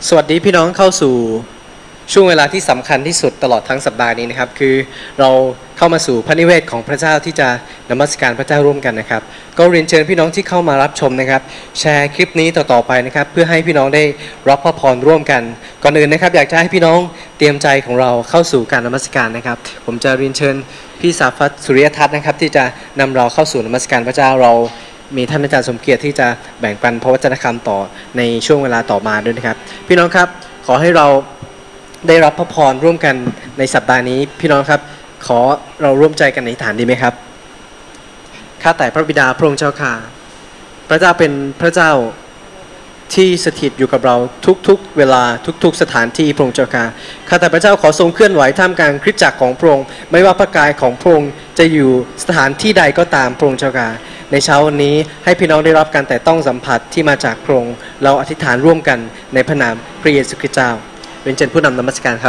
สวัสดีพี่น้องเข้าสู่ช่วงเวลาที่สำคัญที่สุดตลอดทั้งสัปดาห์นี้นะครับคือเราเข้ามาสู่พระนิเวศของพระเจ้าที่จะนมัสการพระเจ้าร่วมกันนะครับก็เรียนเชิญพี่น้องที่เข้ามารับชมนะครับแชร์คลิปนี้ต่อไปนะครับเพื่อให้พี่น้องได้รับพระพรร่วมกันก่อนอื่นนะครับอยากจะให้พี่น้องเตรียมใจของเราเข้าสู่การนมัสการนะครับผมจะเรียนเชิญพี่สาฟัตสุริยทัศน์นะครับที่จะนำเราเข้าสู่นมัสการพระเจ้าเรามีท่านอาจารย์สมเกียรติที่จะแบ่งปันพระวจนะคำต่อในช่วงเวลาต่อมาด้วยนะครับพี่น้องครับขอให้เราได้รับพระพรร่วมกันในสัปดาห์นี้พี่น้องครับขอเราร่วมใจกันในฐานดีไหมครับข้าแต่พระบิดาพระองค์เจ้าข้าพระเจ้าเป็นพระเจ้าที่สถิตอยู่กับเราทุกๆเวลาทุกๆสถานที่พระองค์เจ้าข้าข้าแต่พระเจ้าขอทรงเคลื่อนไหวท่ามกลางคริสตจักรของพระองค์ไม่ว่าพระกายของพระองค์จะอยู่สถานที่ใดก็ตามพระองค์เจ้าข้าในเช้าวันนี้ให้พี่น้องได้รับการแต่ต้องสัมผัสที่มาจากพระองค์เราอธิษฐานร่วมกันในพระนามพระเยซูคริสต์เจ้าเป็นเจนผู้นำนมัสการครับ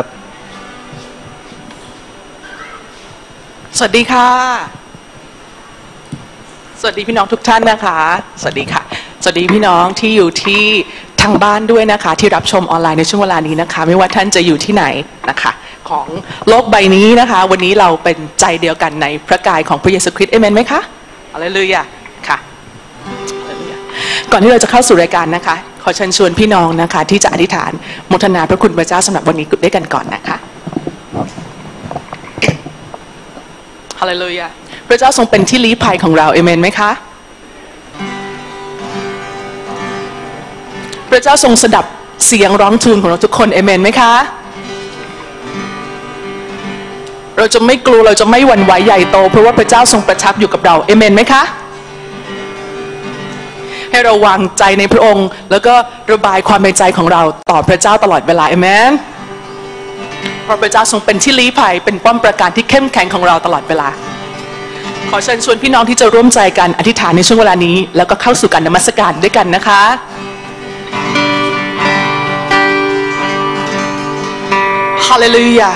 สวัสดีค่ะสวัสดีพี่น้องทุกท่านนะคะสวัสดีค่ะสวัสดีพี่น้องที่อยู่ที่ทางบ้านด้วยนะคะที่รับชมออนไลน์ในช่วงเวลานี้นะคะไม่ว่าท่านจะอยู่ที่ไหนนะคะของโลกใบนี้นะคะวันนี้เราเป็นใจเดียวกันในพระกายของพระเยซูคริสต์เอเมนไหมคะฮาเลลูยาค่ะฮาเลลูยาก่อนที่เราจะเข้าสู่รายการนะคะขอเชิญชวนพี่น้องนะคะที่จะอธิษฐานโมทนาพระคุณพระเจ้าสำหรับวันนี้ด้วยกันก่อนนะคะฮาเลลูยาพระเจ้าทรงเป็นที่ลี้ภัยของเราเอเมนไหมคะพระเจ้าทรงสดับเสียงร้องทูลของเราทุกคนเอเมนไหมคะเราจะไม่กลัวเราจะไม่หวั่นไหวใหญ่โตเพราะว่าพระเจ้าทรงประทับอยู่กับเราเอเมนไหมคะให้เราวางใจในพระองค์แล้วก็ระบายความในใจของเราต่อพระเจ้าตลอดเวลาเอเมนเพราะพระเจ้าทรงเป็นที่ลี้ภัยเป็นป้อมปราการที่เข้มแข็งของเราตลอดเวลาขอเชิญชวนพี่น้องที่จะร่วมใจกันอธิษฐานในช่วงเวลานี้แล้วก็เข้าสู่การนมัสการด้วยกันนะคะฮาเลลูยา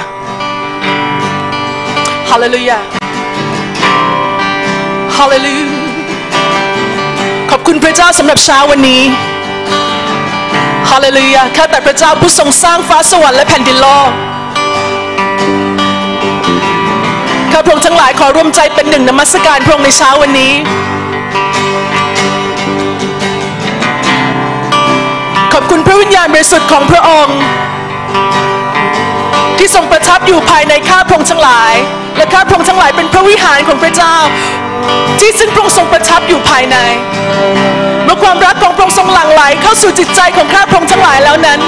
ฮาเลลูยาฮาเลลูยาขอบคุณพระเจ้าสำหรับเช้าวันนี้ฮาเลลูยาข้าแต่พระเจ้าผู้ทรงสร้างฟ้าสวรรค์และแผ่นดินโลกข้าพระองค์ทั้งหลายขอร่วมใจเป็นหนึ่งนมัสการพระองค์ในเช้าวันนี้ขอบคุณพระวิญญาณบริสุทธิ์ของพระองค์ที่ทรงประทับอยู่ภายในข้าพระองค์ทั้งหลายและข้าพระองค์ทั้งหลายเป็นพระวิหารของพระเจ้าที่ซึ่งพระองค์ทรงประทับอยู่ภายในเมื่อความรักของพระองค์ทรงหลั่งไหลเข้าสู่จิตใจของข้าพระองค์ทั้งหลายแล้วนั้น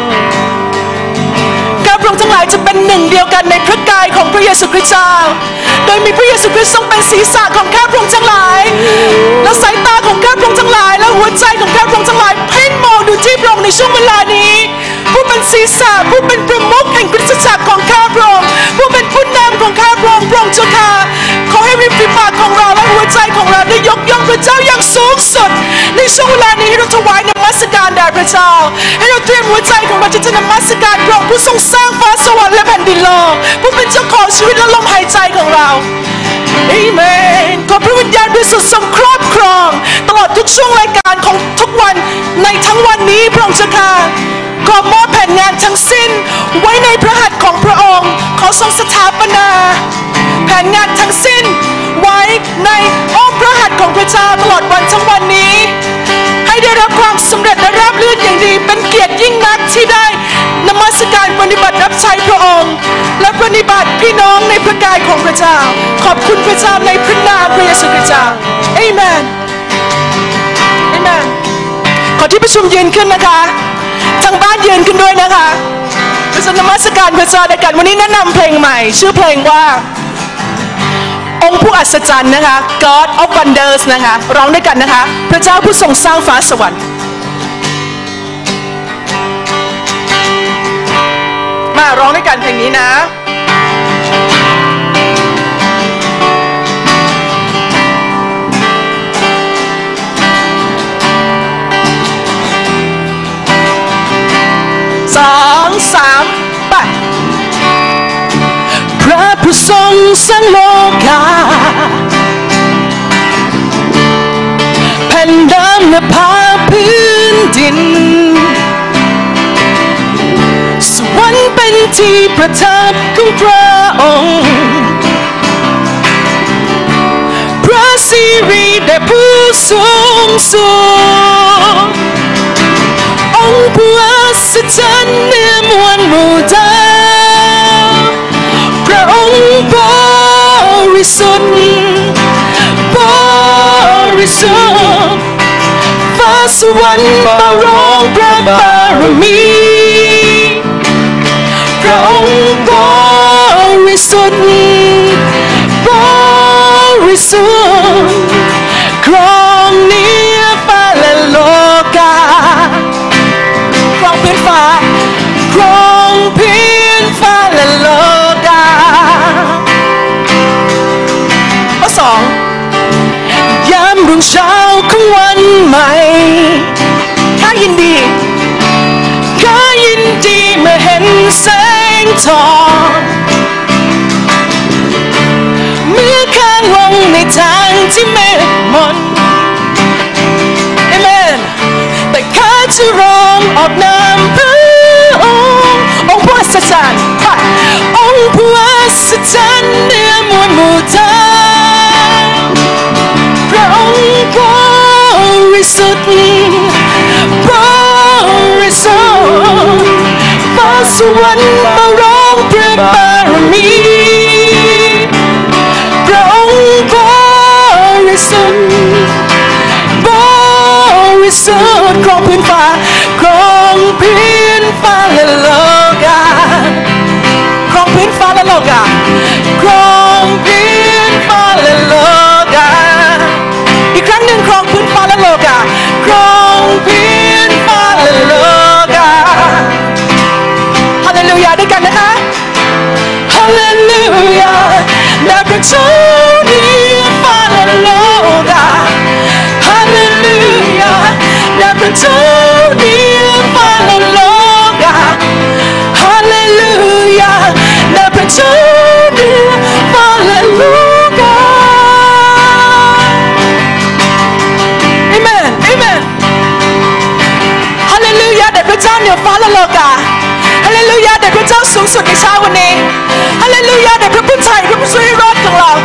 ข้าพระองค์ทั้งหลายจะเป็นหนึ่งเดียวกันในพระกายของพระเยซูคริสต์เจ้าโดยมีพระเยซูคริสต์ทรงเป็นศีรษะของข้าพระองค์ทั้งหลายและสายตาของข้าพระองค์ทั้งหลายและหัวใจของข้าพระองค์ทั้งหลายเพ่งมองดูที่พระองค์ในช่วงเวลานี้ผู้เป็นศีรษะผู้เป็นประมุขแห่งคริสตจักรของข้าพระองค์ผู้เป็นผู้นำของข้าพระองค์พระองค์เจ้าข้าขอให้ริมฝีปากของเราและหัวใจของเราได้ยกย่องพระเจ้าอย่างสูงสุดในช่วงเวลานี้ให้เราถวายนมัสการแด่พระเจ้าให้เราเตรียมหัวใจของเราที่จะนมัสการพระองค์ผู้ทรงสร้างฟ้าสวรรค์และแผ่นดินโลกผู้เป็นเจ้าของชีวิตและลมหายใจของเราเอเมนขอพระวิญญาณบริสุทธิ์ทรงครอบครองตลอดทุกช่วงรายการของทุกวันในทั้งวันนี้พระองค์เจ้าข้าขอมอบแผนงานทั้งสิ้นไว้ในพระหัตถ์ของพระองค์ขอทรงสถาปนาแผนงานทั้งสิ้นไว้ในอ้อมพระหัตถ์ของพระเจ้าตลอดวันทั้งวันนี้ให้ได้รับความสำเร็จและราบรื่นอย่างดีเป็นเกียรติยิ่งนักที่ได้นมัสการปฏิบัติรับใช้พระองค์และปฏิบัติพี่น้องในพระกายของพระเจ้าขอบคุณพระเจ้าในพระนามพระเยซูคริสต์เจ้าเอเมนเอเมนขอที่ประชุมยืนขึ้นนะคะทางบ้านยืนขึ้นด้วยนะคะเราจะนมัสการพระเจ้าด้วยกันวันนี้แนะนำเพลงใหม่ชื่อเพลงว่าองค์ผู้อัศจรรย์นะคะ God of Wonders นะคะร้องด้วยกันนะคะพระเจ้าผู้ทรงสร้างฟ้าสวรรค์มาร้องด้วยกันเพลงนี้นะ2-3 ไปพระผู้ทรงสร้างโลกาแผ่นดินและผ้าพื้นดินเป็นที่ประทับของพระองค์พระสิริแด่ผู้สูงสุดองค์ผู้อัศจรรย์เหนือมวลหมู่ดาวพระองค์บริสุทธิ์บริสุทธิ์ฟ้าสวรรค์มาร้องพระบารมีพระองค์บริสุทธิ์บริสุทธิ์ครองเหนือฟ้าและโลกาครองพื้นฟ้าครองพื้นฟ้าและโลกาข้อสองยามรุ่งเช้าของวันใหม่ข้ายินดีเมื่อเห็นแสงทองเมื่อข้างลงในทางที่เมฆมนเอเมนแต่ข้าจะร้องออกนามพระองค์องค์ผู้อัศจรรย์องค์ผู้อัศจรรย์เหนือมวลหมู่ดาวพระองค์บริสุทธิ์บริสุทธิ์ฟ้าสวรรค์มาร้องพระบารมีพระองค์บริสุทธิ์บริสุทธิ์ครองพื้นฟ้าครองพื้นฟ้าและโลกาครองพื้นฟ้าและโลกาครองพื้นฟ้าและโลกาอีกครั้งหนึ่งครองพื้นฟ้าและโลกาครองพื้นฟ้าและโลกาฮาเลลูยาด้วยกันนะคะฮาเลลูยาแด่พระเจ้าเหนือฟ้าและโลกาฮาเลลูยาแด่พระเจ้าเหนือฟ้าและโลกาฮาเลลูยาแด่พระเจ้าเหนือฟ้าและโลกาเอเมนเอเมนฮาเลลูยาแด่พระเจ้าเหนือฟ้าและโลกาฮาเลลูยาแด่พระเจ้าสูงสุดในเช้าวันนี้ฮาเลลูยาแด่พระผู้ไถ่พระผู้ช่วยรอดของเรา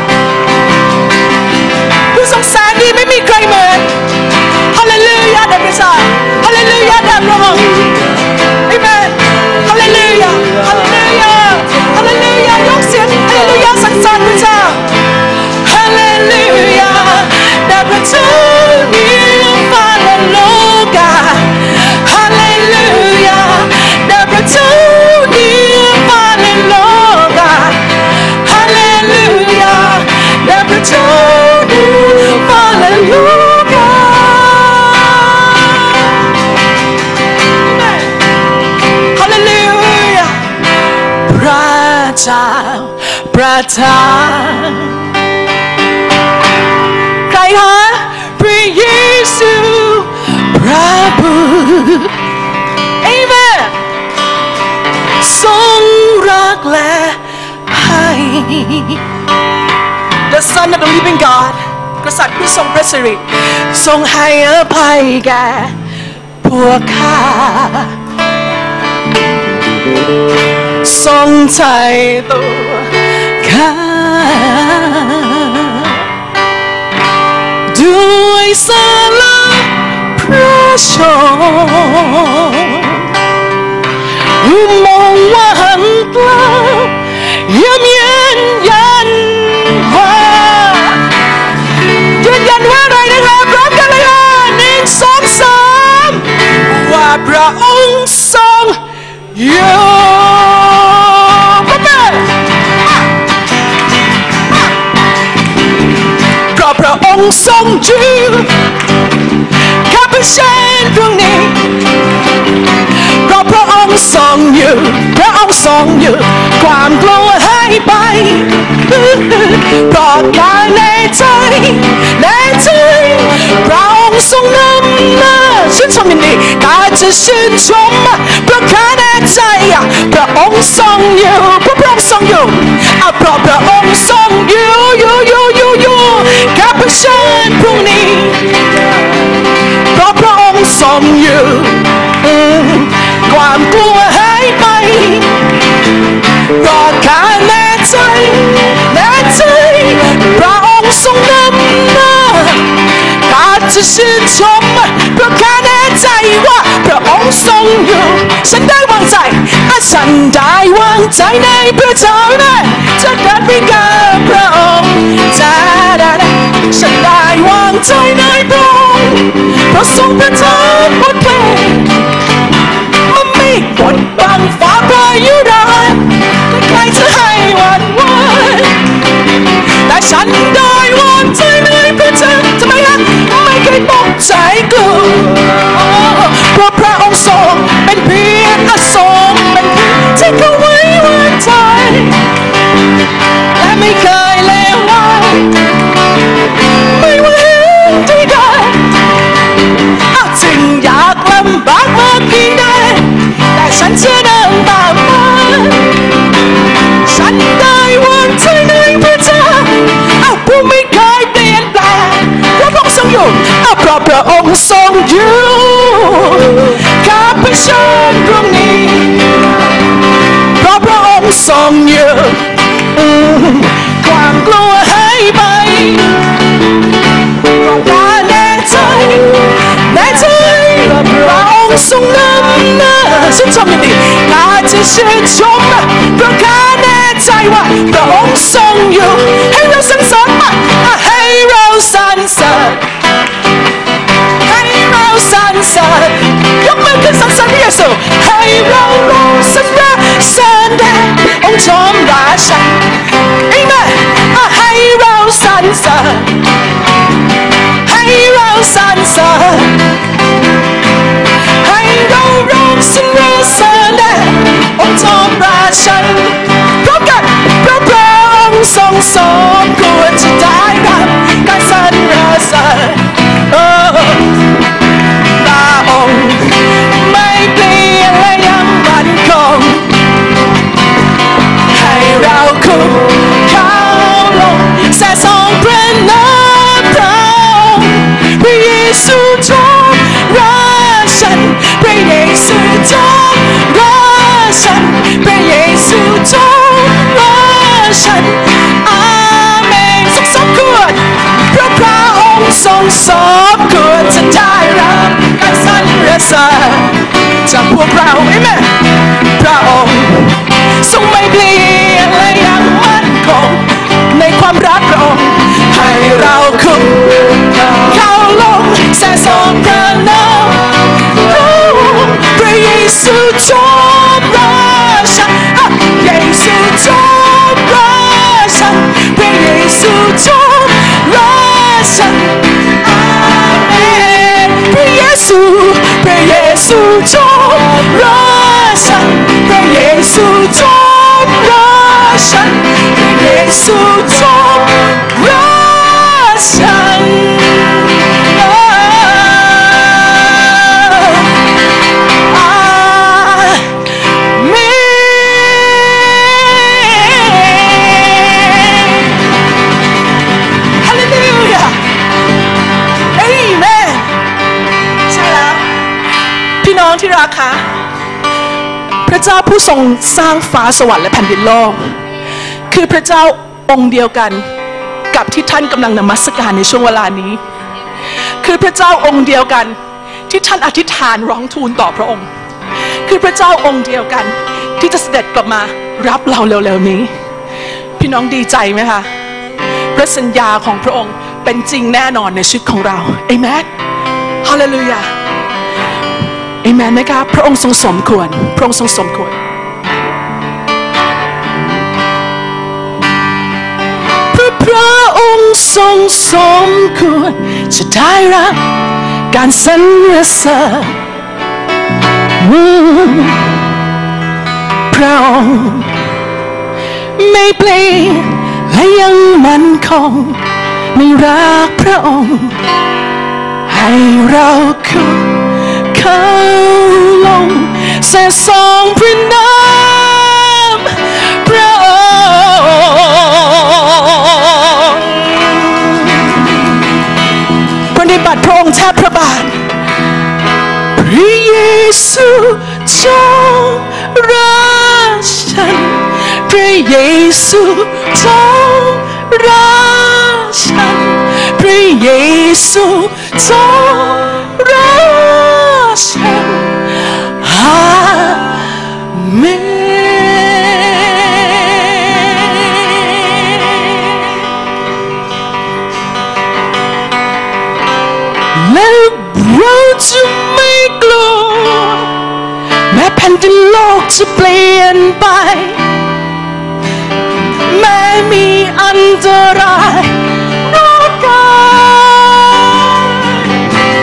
ผู้ทรงแสนดีไม่มีใครเหมือนฮาเลลูยาแด่พระเจ้าฮาเลลูยาแด่พระองค์อาเมนฮาเลลูยาฮาเลลูยาฮาเลลูยายกเสียงฮาเลลูยาสรรเสริญพระเจ้าฮาเลลูยาแด่พระเจ้าเหนือฟ้าและโลกาฮาเลลูยาแด่พระเจ้าเหนือฟ้าและโลกาฮาเลลูยาแด่พระเจ้าเหนือฟ้าและโลกาฮาเลลูยาพระเจ้าประทานใครฮะพระเยซูพระบุตรเอเมนทรงรักและให้ The Son of the Living God กษัตริย์ผู้ทรงพระสิริทรงให้อภัยแก่พวกข้าทรงไถ่ตัวข้าด้วยสละพระชนมองว่าหันกลับย้ำยืนยันว่าอะไรนะครับพร้อมกันเลยค่ะ1 2 3ว่าพระองค์ทรงอยู่เพราะพระองค์ทรงอยู่ข้าพเจ้าตรงนี้เพราะพระองค์ทรงอยู่พระองค์ทรงอยู่ความกลัวหายไปเพราะการในใจพระองค์ทรงนำหน้าชื่นชมยินดีข้าจะชื่นชมเพราะข้าแน่ใจพระองค์ทรงอยู่เพราะพระองค์ทรงอยู่เพราะพระองค์ทรงอยู่ข้าพเจ้าพรุ่งนี้เพราะพระองค์ทรงอยู่ความกลัวหายไปจะชื่นชมเพราะข้าแน่ใจว่าพระองค์ทรงอยู่ฉันได้วางใจฉันได้วางใจในพระเจ้านะจะเดินไปกับพระองค์ฉันได้วางใจในพระองค์เพราะทรงประทานบทเพลงมันไม่กดบังฟ้าพายุร้ายใครจะให้หวั่นไหวแต่ฉันได้วางใจในพระเจ้าทำไมฮะไม่เคยตกใจกลัวเพราะพระองค์ทรงเป็นเพียงทรงเป็นที่เขาไว้วางใจและไม่เคยเลวร้ายไม่ว่าเหตุใดจึงอยากลำบากมากเพียงใดแต่ฉันจะเดินตามมาฉันได้วางใจในพระเจ้าผู้ไม่เคยเปลี่ยนแปลงเพราะพระองค์ทรงอยู่เพราะพระองค์ทรงอยู่ข้าเผชิญตรงนี้เพราะพระองค์ทรงอยู่ความกลัวหายไปเพราะข้าแน่ใจพระองค์ทรงนำหน้าชื่นชมอย่างนี้ข้าจะชื่นชมเพราะข้าแน่ใจว่าพระองค์ทรงอยู่ให้เราสรรเสริญให้เราสรรเสริญให้เราสรรเสริญยกมือขึ้นสรรเสริญพระเยซูให้เราร้องสรรเสริญแด่องค์จอมราชันเอเมนให้เราสรรเสริญให้เราสรรเสริญให้เราร้องสรรเสริญแด่องค์จอมราชันพร้อมกันเพราะพระองค์ทรงสมควรจะได้รับการสรรเสริญพระองค์ไม่เปลี่ยนและยังมั่นคงให้เราคุกเข่าลงแสทรงพระนามพระองค์พระเยซูจงรักฉันพระเยซูจงรักฉันพระเยซูจงรักฉันอาเมนทรงสมควรเพราะพระองค์ทรงสมควรจะได้รับการสรรเสริญจากพวกเราเอเมนพระองค์ทรงไม่เปลี่ยนและยังมั่นคงในความรักพระองค์ให้เราคุกเข่าลงแสทรงพระนามพระเยซูจงรักฉันพระเยซูจงรักฉันพระเยซูจงรักฉันอาเมนพระเยซูพระเยซูจงรักฉันพระเยซูจงรักฉันพระเยซูจงรักฉันที่รักคะพระเจ้าผู้ทรงสร้างฟ้าสวรรค์และแผ่นดินโลกคือพระเจ้าองค์เดียวกันกับที่ท่านกำลังนมัสการในช่วงเวลานี้คือพระเจ้าองค์เดียวกันที่ท่านอธิษฐานร้องทูลต่อพระองค์คือพระเจ้าองค์เดียวกันที่จะเสด็จกลับมารับเราเร็วๆนี้พี่น้องดีใจไหมคะพระสัญญาของพระองค์เป็นจริงแน่นอนในชีวิตของเราเอเมนฮาเลลูยาเอเมนไหมครับพระองค์ทรงสมควรพระองค์ทรงสมควรพระองค์ทรงสมควรจะได้รับการสรรเสริญพระองค์ไม่เปลี่ยนและยังมั่นคงไม่รักพระองค์ให้เราคุกเขาลงแสทรงพระนามพระองค์ปฏิบัติพระองค์แทบพระบาทพระเยซูจงรักฉันพระเยซูจงรักฉันพระเยซูทรฉันอาเมนและเราจะไม่กลัวแม้แผ่นดินโลกจะเปลี่ยนไปแม้มีอันตรายรอบกาย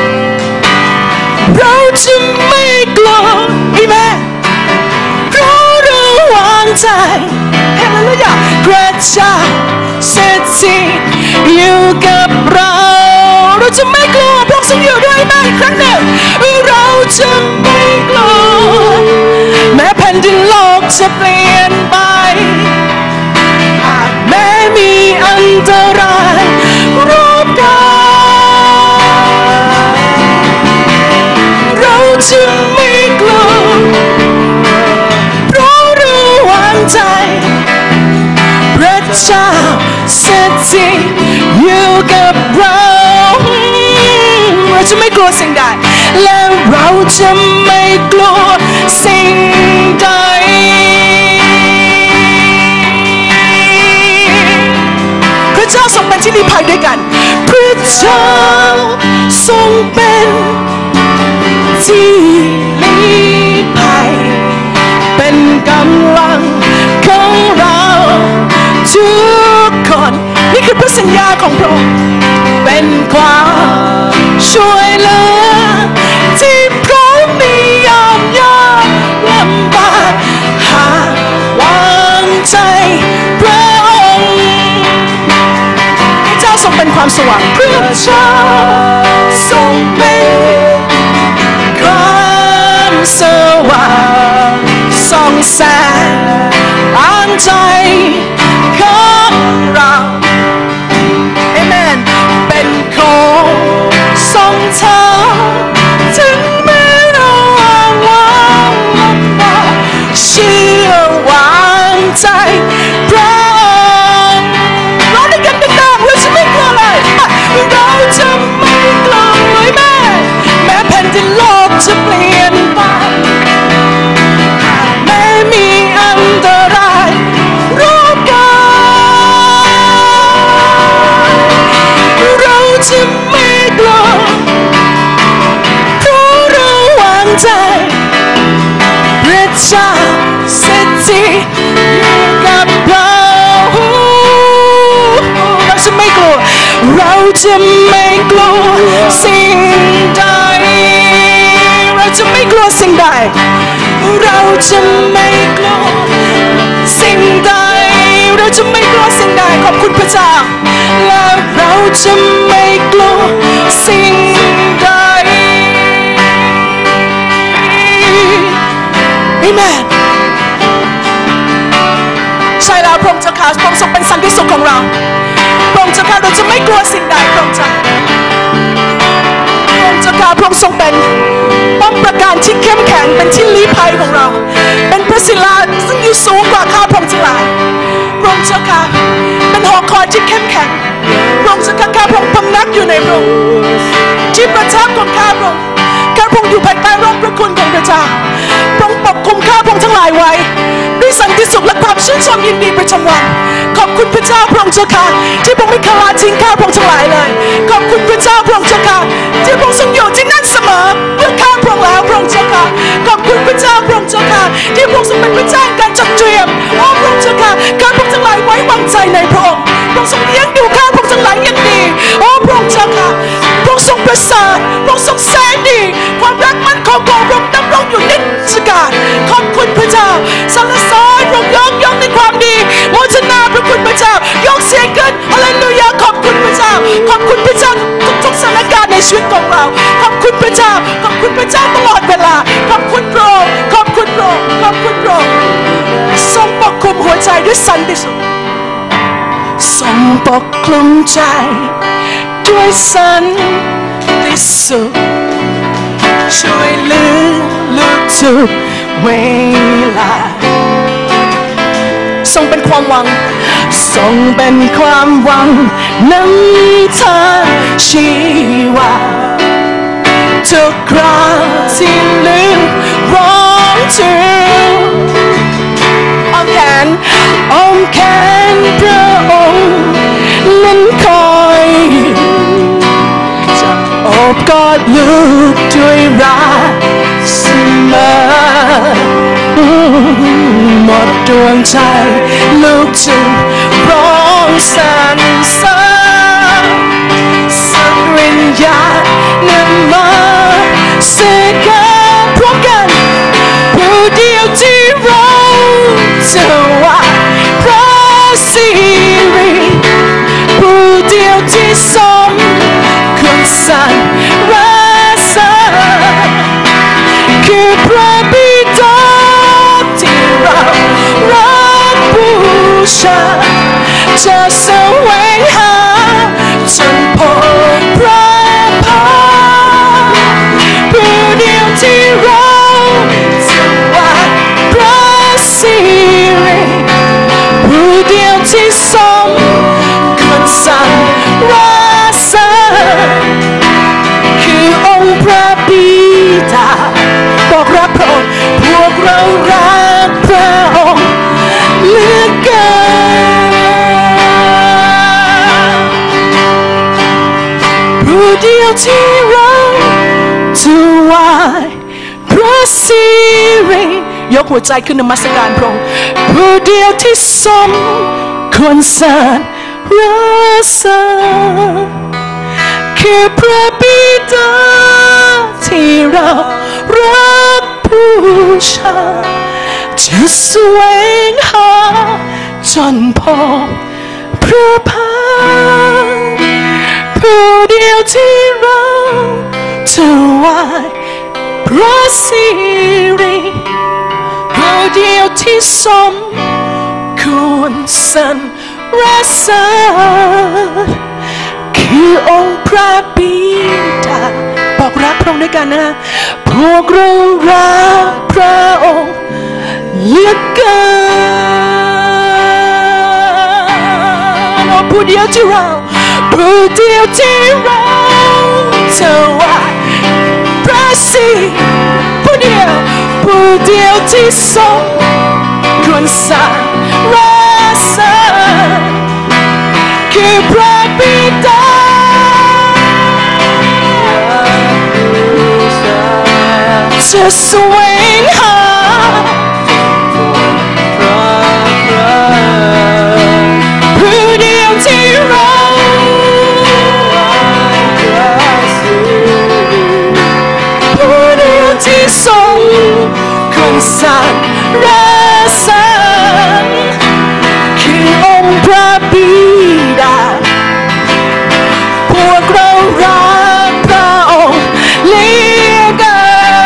เราจะไม่กลัวอีแม่เพราะเราวางใจเฮเลลูยาพระเจ้าเสถิตอยู่กับเราเราจะไม่กลัวพระองค์ทรงอยู่ด้วยแม่อีกครั้งหนึ่งเราจะไม่กลัวแม้แผ่นดินโลกจะเปลี่ยนไปแม้มีอันตรายรอบกายเราจะไม่กลัวเพราะเราวางใจพระเจ้าสถิตอยู่กับเราเราจะไม่กลัวสิ่งใดและเราจะไม่กลัวสิ่งใดพระเจ้าทรงเป็นที่ลี้ภัยด้วยกันพระเจ้าทรงเป็นที่ลี้ภัยเป็นกำลังของเราทุกคนนี่คือพระสัญญาของพระองค์เป็นความช่วยเหลือที่พร้อมมียามยากลำบากหากวางใจพระองค์พระเจ้าทรงเป็นความสว่างพระเจ้าทรงเป็นความสว่างส่องแสงล้างใจของเราเอเมนเป็นของทรงเธอถึงแม้เราวางลำบากเชื่อวางใจพระองค์ร้องด้วยกันดังๆเราจะไม่กลัวเลยเราจะไม่กลัวเลยแม้แผ่นดินโลกจะเปลี่ยนไปแม้มีอันตรายรอบกายเราจะไม่กลัวเพราะเราวางใจพระเจ้าสถิตอยู่กับเราเราจะไม่กลัวเราจะไม่กลัวสิ่งใดเราจะไม่กลัวสิ่งใดเราจะไม่กลัวสิ่งใดเราจะไม่กลัวสิ่งใดขอบคุณพระเจ้าและเราจะไม่กลัวสิ่งใดอาเมนใช่แล้วพระองค์เจ้าข้าพระองค์ทรงเป็นสันติสุขของเราพระองค์เจ้าข้าเราจะไม่กลัวสิ่งใดพระองค์เจ้าพระองค์เจ้าข้าพระองค์ทรงเป็นป้อมปราการที่เข้มแข็งเป็นที่ลี้ภัยของเราเป็นพระศิลาซึ่งอยู่สูงกว่าข้าพระองค์ทั้งหลายพระองค์เจ้าข้าเป็นหอคอยที่เข้มแข็งพระองค์เจ้าข้าพระองค์พำนักอยู่ในพระองค์ที่ประทับของข้าพระองค์ข้าพระองค์อยู่ภายใต้ร่มพระคุณของพระเจ้าพระองค์ปกคุมข้าพระองค์ทั้งหลายไว้ด้วยสันติสุขและความชื่นชมยินดีประจำวันขอบคุณพระเจ้าพระองค์เจ้าข้าที่พระองค์ไม่เคยละทิ้งข้าพระองค์ทั้งหลายเลยขอบคุณพระเจ้าพระองค์เจ้าข้าที่พระองค์ทรงอยู่ที่นั่นเสมอเพื่อข้าพระองค์แล้วพระองค์เจ้าข้าขอบคุณพระเจ้าพระองค์เจ้าข้าที่พระองค์ทรงเป็นพระเจ้าการจัดเตรียมโอ้พระองค์เจ้าข้าข้าพระองค์ทั้งหลายไว้วางใจในพระองค์พระองค์ทรงเลี้ยงดูข้าพระองค์ทั้งหลายอย่างดีโอ้พระองค์เจ้าข้าพระองค์ทรงประเสริฐพระองค์ทรงแสนดีความรักมั่นคงของพระองค์ดำรงอยู่นิจการขอบคุณพระเจ้าสรรเสริญพระองค์ยกในความดีโมทนาพระคุณพระเจ้ายกเสียงขึ้นฮาเลลูยาขอบคุณพระเจ้าขอบคุณพระเจ้าทุกสถานการณ์ในชีวิตของเราขอบคุณพระเจ้าขอบคุณพระเจ้าตลอดเวลาขอบคุณพระองค์ขอบคุณพระองค์ขอบคุณพระองค์ทรงปกคลุมหัวใจด้วยสันติสุขทรงปกคลุมใจด้วยสันติสุขช่วยเหลือลูกทุกเวลาทรงเป็นความหวังทรงเป็นความหวังนำทางชีวาทุกครั้งที่ลืมร้องถึงอ้อมแขนพระองค์นั้นคอยจะโอบกอดลูกด้วยรักเสมอหมดดวงใจลูกจึงร้องสรรเสริญสัตว์วิญญาณนำมาเสกพร้อมกันผู้เดียวที่เราจะว่าพระสิริผู้เดียวที่สมควรสรรเสริญคือพระบิดาที่เรารักบูชาจะแสวงหาจนพบพระพาผู้เดียวที่เราจะว่าพระสิริผู้เดียวที่สมควรสรรเสริญคือองค์พระบิดาบอกรักพระองค์พวกเรารักพระองค์เหลือเกินผู้เดียวที่เราถวายพระสิริยกหัวใจขึ้นนมัสการพระองค์ผู้เดียวที่สมควรสรรเสริญคือพระบิดาที่เรารักบูชาจะแสวงหาจนพบพระพาผู้เดียวที่เราถวายพระสิริผู้เดียวที่สมควรสรรเสริญคือองค์พระบิดาบอกรักพระองค์ด้วยกันนะพวกเรารักพระองค์เหลือเกินผู้เดียวที่เราผู้เดียวที่เราถวายพระสิริผู้เดียวที่สมควรสรรเสริญคือพระบิดาจะแสวงหาผู้เดียวที่เราผู้เดียวที่ทรงควรสรรเสริญคือองค์พระบิดาพวกเรารักพระองค์เหลือเกิ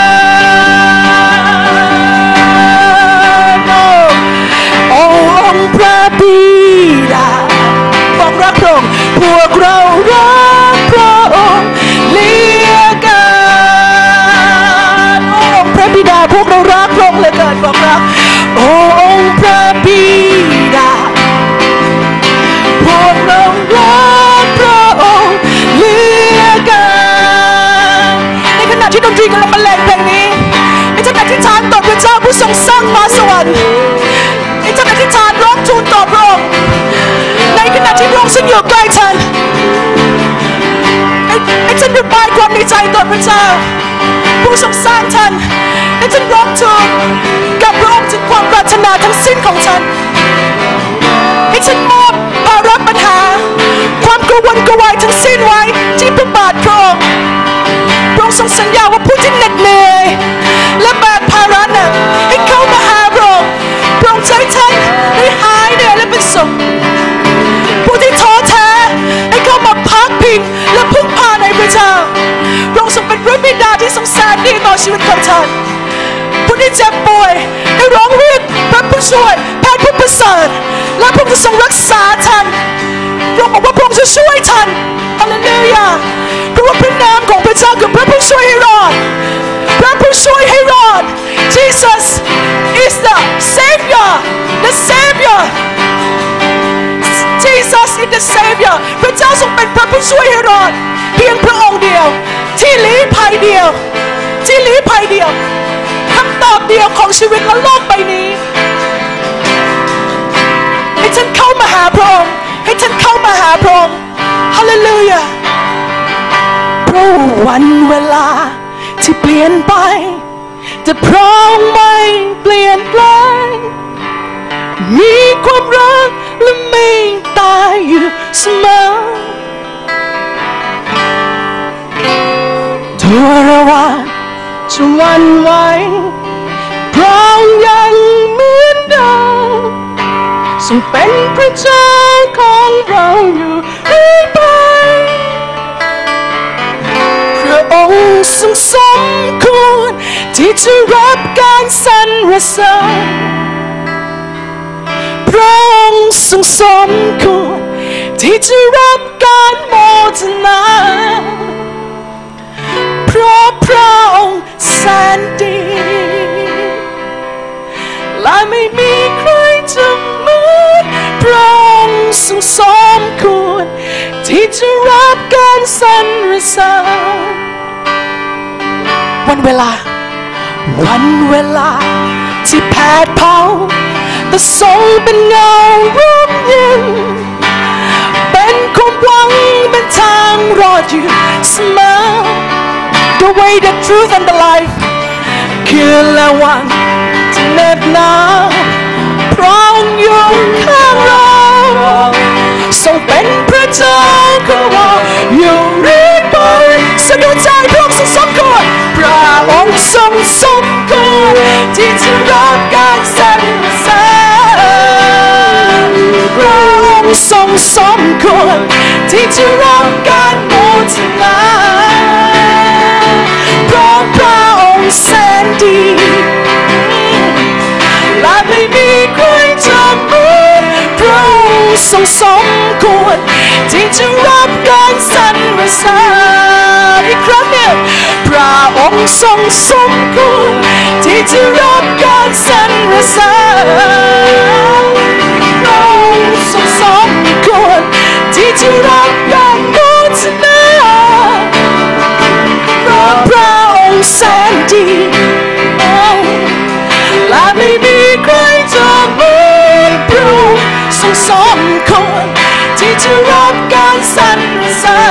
นองค์พระบิดาบอกรักพระองค์พวกเรารักพระองค์เหลือเกินองค์พระบิดาพวกเรารักพระองค์เหลือเกินบอกรักองค์พระบิดาพวกเรารักพระองค์เหลือเกินในขณะที่ดนตรีกำลังบรรเลงเพลงนี้ให้ท่านอธิษฐานต่อพระเจ้าผู้ทรงสร้างฟ้าสวรรค์ให้ท่านอธิษฐานร้องทูลต่อพระองค์ในขณะที่พระองค์ซึ่งอยู่ใกล้ท่านให้ท่านระบายความในใจต่อพระเจ้าผู้ทรงสร้างท่านให้ท่านร้องทูลกับพระองค์ถึงความปรารถนาทั้งสิ้นของท่านให้ท่านมอบภาระปัญหาความกระวนกระวายทั้งสิ้นไว้ที่พระบาทพระองค์พระองค์ทรงสัญญาว่าผู้ที่เหน็ดเหนื่อยและแบกภาระหนักให้เข้ามาหาพระองค์พระองค์จะให้ท่านได้หายเหนื่อยและเป็นสุขผู้ที่ท้อแท้ให้เข้ามาพักพิงและพึ่งพาในพระเจ้าพระองค์ทรงเป็นพระบิดาที่ทรงแสนดีต่อชีวิตของท่านผู้ที่เจ็บป่วยให้ร้องเรียกพระผู้ช่วยแพทย์ผู้ประเสริฐและพระองค์จะทรงรักษาท่านพระองค์บอกว่าพระองค์จะช่วยท่านฮาเลลูยาเพราะว่าพระนามของพระเจ้าคือพระผู้ช่วยให้รอดพระผู้ช่วยให้รอด Jesus is the Savior the Savior Jesus is the Savior พระเจ้าทรงเป็นพระผู้ช่วยให้รอดที่ลี้ภัยเดียวที่ลี้ภัยเดียวคำตอบเดียวของชีวิตและโลกใบนี้ให้ฉันเข้ามาหาพระองค์ให้ฉันเข้ามาหาพระองค์ฮาเลลูยาเพราะวันเวลาที่เปลี่ยนไปแต่พระองค์ไม่เปลี่ยนแปลงมีความรักและไม่ตายอยู่เสมอตัวระหว่างจะหวั่นไหวพระองค์ยังเหมือนเดิมทรงเป็นพระเจ้าของเราอยู่เรื่อยไปพระองค์ทรงสมควรที่จะรับการสรรเสริญพระองค์ทรงสมควรที่จะรับการโมทนาเพราะพระองค์แสนดีและไม่มีใครจะเหมือนพระองค์ทรงสมควรที่จะรับการสรรเสริญวันเวลาที่แผดเผาแต่ทรงเป็นเงาร่มเย็นเป็นความหวังเป็นทางรอดอยู่เสมอ The way the truth and the life คือและวันที่เหน็บหนาวพระองค์อยู่ข้างเราทรงเป็นพระเจ้าของเราอยู่เรื่อยไปสะดุดใจพระองค์ทรงสมควรพระองค์ทรงสมควรที่จะรับการสรรเสริญพระองค์ทรงสมควรที่จะรับการโมทนาเพราะพระองค์แสนดีและไม่มีใครจะเหมือนพระองค์ทรงสมควรที่จะรับการสรรเสริญอีกครั้งหนึ่งพระองค์ทรงสมควรที่จะรับการสรรเสริญพระองค์ทรงสมควรที่จะรับการโมทนาเพราะพระองค์แสนดีและไม่มีใครจะเหมือนพระองค์ทรงสมควรที่จะรับการสรรเสริ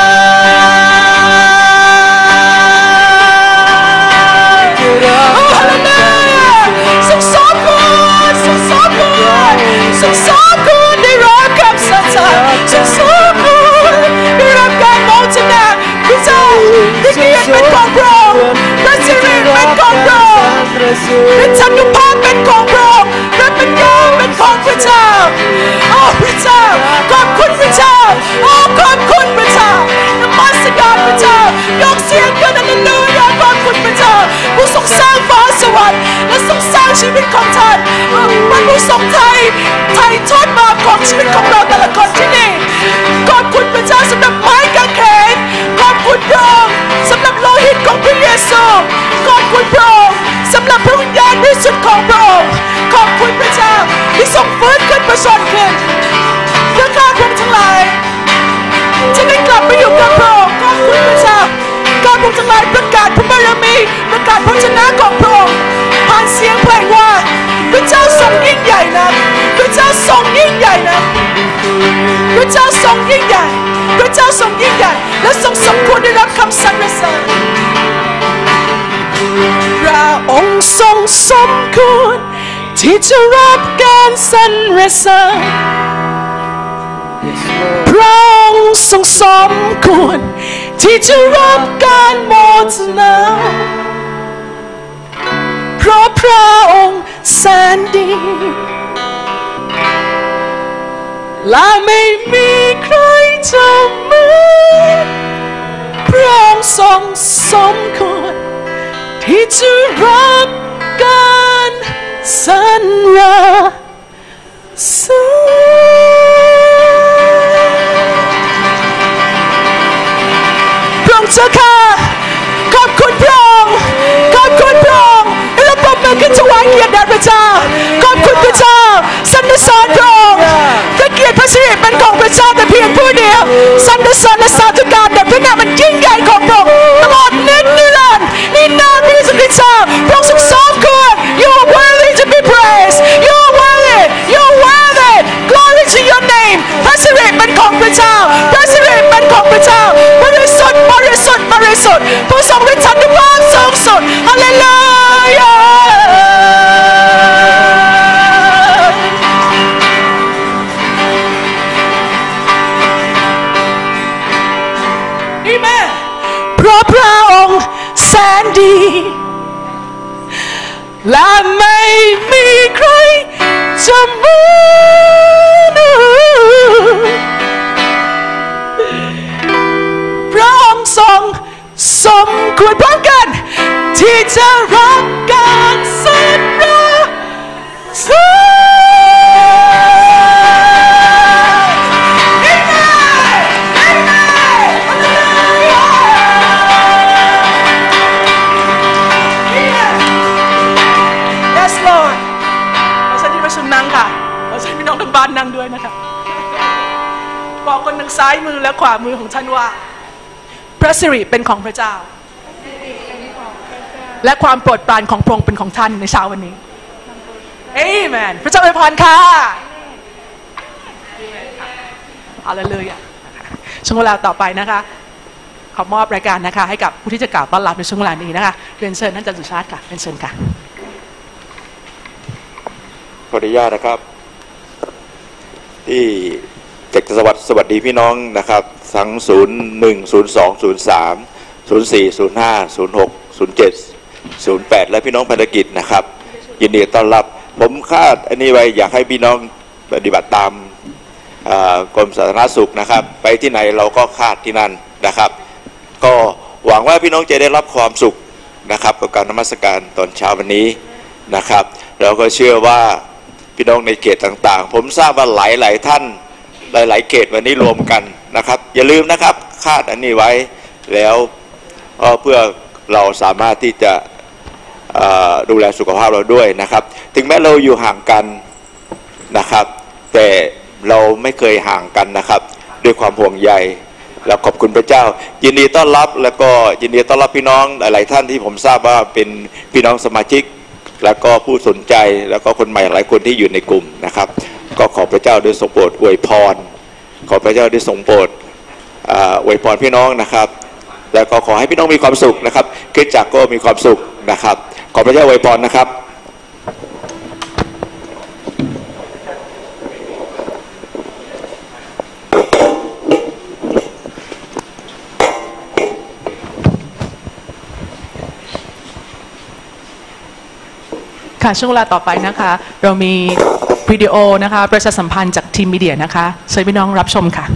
ญฮาเลลูยาทรงสมควรทรงสมควรทรงสมควรได้รับคำสรรเสริญทรงสมควรได้รับการโมทนาพระเจ้าที่เกียรติเป็นของพระองค์พระสิริเป็นของพระองค์พระจันทร์ภาพเป็นของพระองค์พระปัญญาเป็นของพระเจ้าโอ้พระเจ้าขอบคุณพระเจ้าโอ้ขอบคุณพระเจ้านมัสการพระเจ้ายกเสียงขึ้นฮาเลลูยาขอบคุณพระเจ้าผู้ทรงสร้างฟ้าสวรรค์และทรงสร้างชีวิตของท่านพระผู้ทรงไถ่ทอดบาปของชีวิตของเราแต่ละคนที่นี่ขอบคุณพระเจ้าสำหรับไม้กางเขนขอบคุณพระองค์สำหรับโลหิตของพระเยซูขอบคุณพระองค์สำหรับพระวิญญาณบริสุทธิ์ของพระองค์ขอบคุณพระเจ้าที่ทรงฟื้นขึ้นประชนขึ้นเพื่อข้าพงทั้งหลายจะได้กลับไปอยู่กับพระองค์ขอบคุณพระเจ้าข้าพงทั้งหลายประกาศพระบารมีประกาศพระชนะของพระองค์ผ่านเสียงเพลงว่าพระเจ้าทรงยิ่งใหญ่นะพระเจ้าทรงยิ่งใหญ่นะพระเจ้าทรงยิ่งใหญ่พระเจ้าทรงยิ่งใหญ่และทรงสมควรได้รับคำสรรเสริญพระองค์ทรงสมควรที่จะรับการสรรเสริญพระองค์ทรงสมควรที่จะรับการโมทนาเพราะพระองค์แสนดีและไม่มีใครจะเหมือนพระองค์ทรงสมควรที่จะรับการสรรเสริญพระองค์เจ้าค่ะขอบคุณพระองค์ขอบคุณพระองค์ให้เราปรบมือขึ้นถวายเกียรติแด่พระเจ้าขอบคุณพระเจ้าสรรเสริญพระองค์พระเกียรติพระสิริเป็นของพระเจ้าแต่เพียงผู้เดียวสรรเสริญและสาธุการแด่พระนามมันยิ่งใหญ่ของพระองค์ราะพระองค์แสนดีและไม่มีใครจะเหมือนพระองค์ทรงสมควรพร้อมกันที่จะรับการสรรเสริญนั่งค่ะเราใช้พี่น้องทางบ้านนั่งด้วยนะคะบอกคนทางซ้ายมือและขวามือของท่านว่าพระสิริเป็นของพระเจ้าและความโปรดปรานของพระองค์เป็นของท่านในเช้าวันนี้เอเมนพระเจ้าอวยพรค่ะเอาเลยอ่ะช่วงเวลาต่อไปนะคะขอมอบรายการนะคะให้กับผู้ที่จะกล่าวต้อนรับในช่วงเวลานี้นะคะเรียนเชิญท่านอาจารย์สุชาติค่ะเรียนเชิญค่ะขออนุญาตนะครับที่จากสวัสดีพี่น้องนะครับทั้ง01 02 03 04 05 06 07 08และพี่น้องภารกิจนะครับยินดีต้อนรับผมคาดอันนี้ไว้อยากให้พี่น้องปฏิบัติตามกรมสาธารณสุขนะครับไปที่ไหนเราก็คาดที่นั่นนะครับก็หวังว่าพี่น้องจะได้รับความสุขนะครับกับการนมัสการตอนเช้าวันนี้นะครับเราก็เชื่อว่าพี่น้องในเขตต่างๆผมทราบว่าหลายท่านหลายเขตวันนี้รวมกันนะครับอย่าลืมนะครับคาดอันนี้ไว้แล้วเพื่อเราสามารถที่จะดูแลสุขภาพเราด้วยนะครับถึงแม้เราอยู่ห่างกันนะครับแต่เราไม่เคยห่างกันนะครับด้วยความห่วงใยและขอบคุณพระเจ้ายินดีต้อนรับแล้วก็ยินดีต้อนรับพี่น้องหลายๆท่านที่ผมทราบว่าเป็นพี่น้องสมาชิกแล้วก็ผู้สนใจแล้วก็คนใหม่หลายคนที่อยู่ในกลุ่มนะครับก็ขอพระเจ้าได้ทรงโปรดอวยพรขอพระเจ้าได้ทรงโปรดอวยพรพี่น้องนะครับแล้วก็ขอให้พี่น้องมีความสุขนะครับคริสตจักรก็มีความสุขนะครับขอพระเจ้าอวยพรนะครับค่ะช่วงเวลาต่อไปนะคะเรามีวิดีโอนะคะประชาสัมพันธ์จากทีมมีเดียนะคะเชิญพี่น้องรับชมค่ะ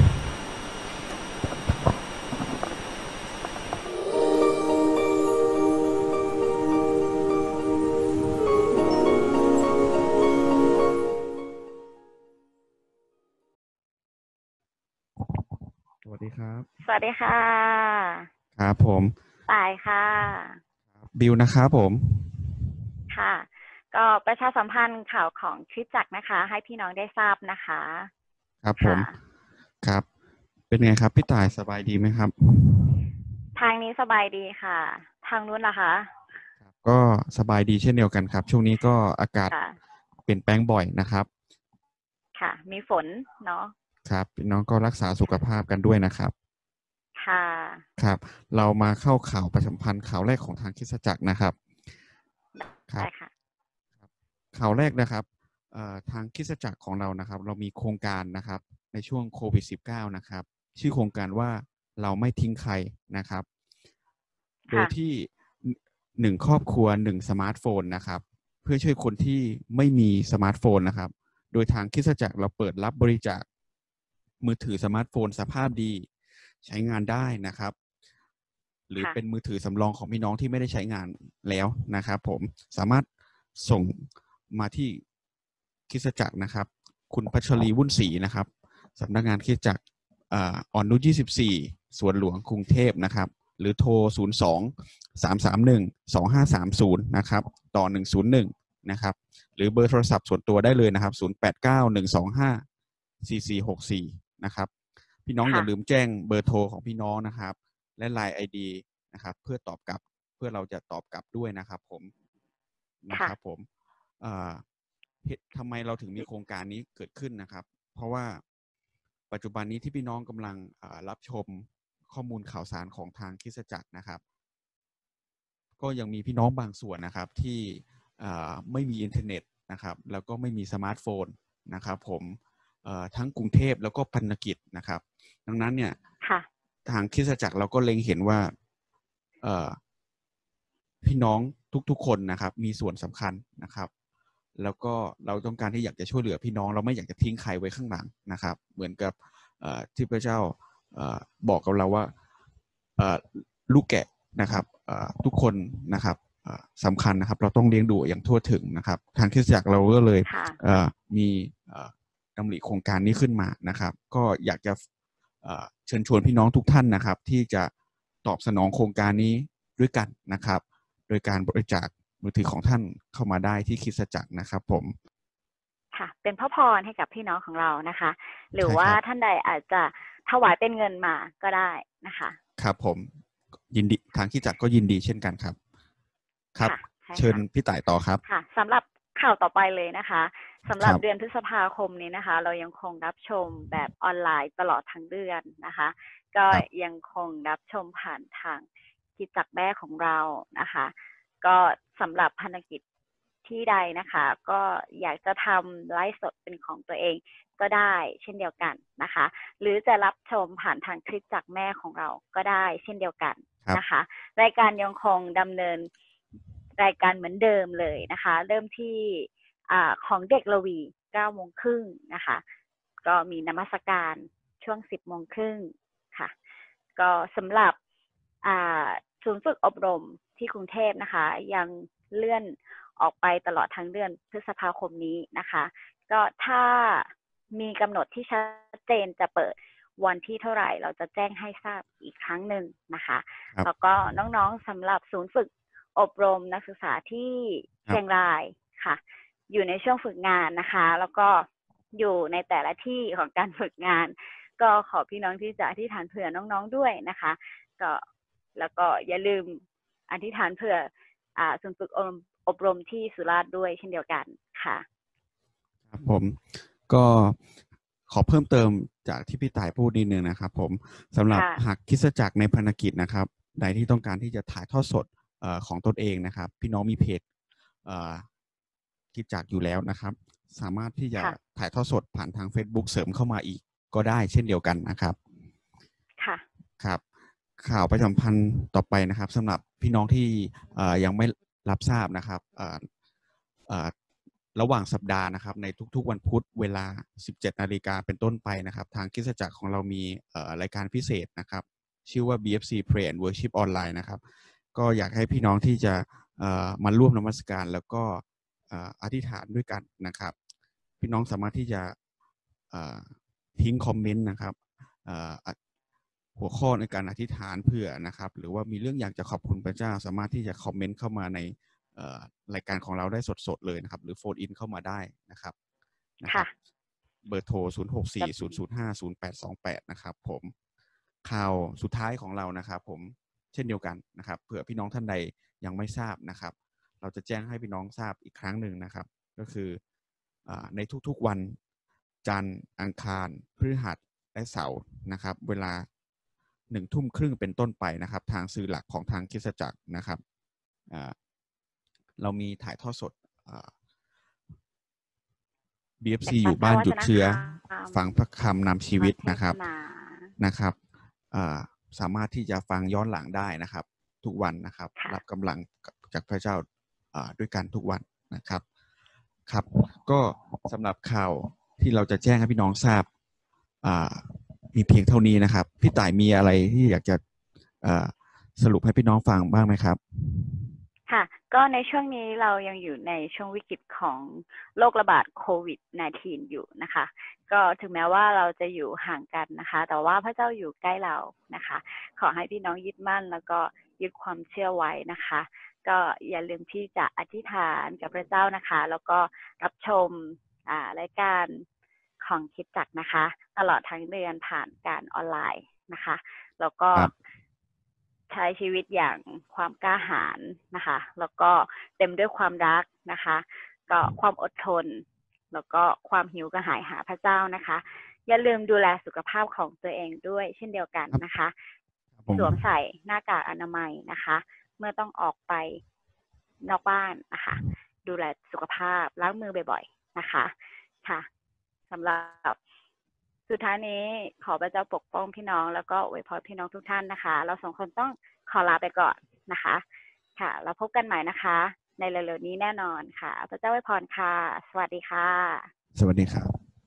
สวัสดีครับสวัสดีค่ะครับผมตายค่ะบิวนะครับผมค่ะก็ประชาสัมพันธ์ข่าวของคริสตจักรนะคะให้พี่น้องได้ทราบนะคะครับผมครับเป็นไงครับพี่ต่ายสบายดีไหมครับทางนี้สบายดีค่ะทางนู้นล่ะคะก็สบายดีเช่นเดียวกันครับช่วงนี้ก็อากาศเปลี่ยนแปลงบ่อยนะครับค่ะมีฝนเนาะครับพี่น้องก็รักษาสุขภาพกันด้วยนะครับค่ะครับเรามาเข้าข่าวประชาสัมพันธ์ข่าวแรกของทางคริสตจักรนะครับได้ค่ะข่าวแรกนะครับทางคริสตจักรของเรานะครับเรามีโครงการนะครับในช่วงโควิด -19 นะครับชื่อโครงการว่าเราไม่ทิ้งใครนะครับโดยที่1ครอบครัว1สมาร์ทโฟนนะครับเพื่อช่วยคนที่ไม่มีสมาร์ทโฟนนะครับโดยทางคริสตจักรเราเปิดรับบริจาคมือถือสมาร์ทโฟนสภาพดีใช้งานได้นะครับหรือเป็นมือถือสำรองของพี่น้องที่ไม่ได้ใช้งานแล้วนะครับผมสามารถส่งมาที่คริสตจักรนะครับคุณพัชรีวุ่นศรีนะครับสำนักงานคริสตจักรอ่อนนุช24สวนหลวงกรุงเทพนะครับหรือโทร02-331-2530นะครับต่อ101นะครับหรือเบอร์โทรศัพท์ส่วนตัวได้เลยนะครับ0891254464นะครับพี่น้องอย่าลืมแจ้งเบอร์โทรของพี่น้องนะครับและ LINE ID นะครับเพื่อตอบกลับเพื่อเราจะตอบกลับด้วยนะครับผมนะครับผมทำไมเราถึงมีโครงการนี้เกิดขึ้นนะครับเพราะว่าปัจจุบันนี้ที่พี่น้องกำลังรับชมข้อมูลข่าวสารของทางคริสตจักรนะครับก็ยังมีพี่น้องบางส่วนนะครับที่ไม่มีอินเทอร์เน็ตนะครับแล้วก็ไม่มีสมาร์ทโฟนนะครับผมทั้งกรุงเทพแล้วก็พันธกิจนะครับดังนั้นเนี่ยทางคริสตจักรเราก็เล็งเห็นว่าพี่น้องทุกๆคนนะครับมีส่วนสำคัญนะครับแล้วก็เราต้องการที่อยากจะช่วยเหลือพี่น้องเราไม่อยากจะทิ้งใครไว้ข้างหลังนะครับเหมือนกับที่พระเจ้าบอกกับเราว่าลูกแกะนะครับทุกคนนะครับสำคัญนะครับเราต้องเลี้ยงดูอย่างทั่วถึงนะครับทางคริสตจักรเราก็เลยมีดำริโครงการนี้ขึ้นมานะครับก็อยากจะเชิญชวนพี่น้องทุกท่านนะครับที่จะตอบสนองโครงการนี้ด้วยกันนะครับโดยการบริจาคมือถือของท่านเข้ามาได้ที่คริสตจักรนะครับผมค่ะเป็นพระพรให้กับพี่น้องของเรานะคะหรือว่าท่านใดอาจจะถวายเป็นเงินมาก็ได้นะคะครับผมยินดีทางคริสตจักรก็ยินดีเช่นกันครับครับเชิญพี่ต่ายต่อครับค่ะสำหรับข่าวต่อไปเลยนะคะสำหรับเดือนพฤษภาคมนี้นะคะเรายังคงรับชมแบบออนไลน์ตลอดทั้งเดือนนะคะก็ยังคงรับชมผ่านทางคริสตจักรแม่ของเรานะคะก็สำหรับภารกิจที่ใดนะคะก็อยากจะทำไลฟ์สดเป็นของตัวเองก็ได้เช่นเดียวกันนะคะหรือจะรับชมผ่านทางคลิปจากแม่ของเราก็ได้เช่นเดียวกันนะคะรายการยังคงดำเนินรายการเหมือนเดิมเลยนะคะเริ่มที่ของเด็กละวี 9 โมงครึ่งนะคะก็มีนมัสการช่วง 10 โมงครึ่งค่ะก็สำหรับศูนย์ฝึกอบรมที่กรุงเทพนะคะยังเลื่อนออกไปตลอดทั้งเดือนพฤษภาคมนี้นะคะก็ถ้ามีกำหนดที่ชัดเจนจะเปิดวันที่เท่าไหร่เราจะแจ้งให้ทราบอีกครั้งหนึ่งนะคะแล้วก็น้องๆสำหรับศูนย์ฝึกอบรมนักศึกษาที่เชียงรายค่ะอยู่ในช่วงฝึกงานนะคะแล้วก็อยู่ในแต่ละที่ของการฝึกงานก็ขอพี่น้องที่จะอธิษฐานเผื่อน้องๆด้วยนะคะก็แล้วก็อย่าลืมอธิษฐานเผื่อศูนย์ฝึกอบรมที่สุราษฎร์ด้วยเช่นเดียวกันค่ะครับผมก็ขอเพิ่มเติมจากที่พี่ต่ายพูดนิดนึงนะครับผมสำหรับหากคริสตจักรในภารกิจนะครับใดที่ต้องการที่จะถ่ายทอดสดของตนเองนะครับพี่น้องมีเพจคริสตจักรอยู่แล้วนะครับสามารถที่จะถ่ายทอดสดผ่านทาง Facebook เสริมเข้ามาอีกก็ได้เช่นเดียวกันนะครับค่ะครับข่าวประชาสัมพันธ์ต่อไปนะครับสำหรับพี่น้องที่ยังไม่รับทราบนะครับระหว่างสัปดาห์นะครับในทุกๆวันพุธเวลา 17 นาฬิกาเป็นต้นไปนะครับทางคริสตจักรของเรามีรายการพิเศษนะครับชื่อว่า BFC Pray and Worship Online นะครับก็อยากให้พี่น้องที่จะมาร่วมนมัสการแล้วก็อธิษฐานด้วยกันนะครับพี่น้องสามารถที่จะทิ้งคอมเมนต์นะครับหัวข้อในการอธิษฐานเผื่อนะครับหรือว่ามีเรื่องอยากจะขอบคุณพระเจ้าสามารถที่จะคอมเมนต์เข้ามาในรายการของเราได้สดๆเลยนะครับหรือโฟนอินเข้ามาได้นะครับเบอร์โทร 0640050828 นะครับผมข่าวสุดท้ายของเรานะครับผมเช่นเดียวกันนะครับเผื่อพี่น้องท่านใดยังไม่ทราบนะครับเราจะแจ้งให้พี่น้องทราบอีกครั้งหนึ่งนะครับก็คือในทุกๆวันจันทร์อังคารพฤหัสและเสาร์นะครับเวลา 19:30 เป็นต้นไปนะครับทางสื่อหลักของทางคริสตจักรนะครับเรามีถ่ายทอดสดBFC อยู่บ้านหยุดเชื้อฟังพระคำนำชีวิตนะครับสามารถที่จะฟังย้อนหลังได้นะครับทุกวันนะครับรับกำลังจากพระเจ้าด้วยกันทุกวันนะครับครับก็สำหรับข่าวที่เราจะแจ้งให้พี่น้องทราบมีเพียงเท่านี้นะครับพี่ต่ายมีอะไรที่อยากจะสรุปให้พี่น้องฟังบ้างไหมครับค่ะก็ในช่วงนี้เรายังอยู่ในช่วงวิกฤตของโรคระบาดโควิด -19 อยู่นะคะก็ถึงแม้ว่าเราจะอยู่ห่างกันนะคะแต่ว่าพระเจ้าอยู่ใกล้เรานะคะขอให้พี่น้องยึดมั่นแล้วก็ยึดความเชื่อไว้นะคะก็อย่าลืมที่จะอธิษฐานกับพระเจ้านะคะแล้วก็รับชมรายการของคริสตจักรนะคะตลอดทั้งเดือนผ่านการออนไลน์นะคะแล้วก็ใช้ชีวิตอย่างความกล้าหาญนะคะแล้วก็เต็มด้วยความรักนะคะก็ความอดทนแล้วก็ความหิวกระหายหาพระเจ้านะคะอย่าลืมดูแลสุขภาพของตัวเองด้วยเช่นเดียวกันนะคะสวมใส่หน้ากากอนามัยนะคะเมื่อต้องออกไปนอกบ้านนะคะดูแลสุขภาพล้างมือบ่อยๆนะคะค่ะสำหรับสุดท้ายนี้ขอพระเจ้าปกป้องพี่น้องแล้วก็อวยพรพี่น้องทุกท่านนะคะเราสองคนต้องขอลาไปก่อนนะคะค่ะแล้วพบกันใหม่นะคะในเร็วๆนี้แน่นอนค่ะพระเจ้าอวยพรค่ะสวัสดีค่ะสวัสดีครับ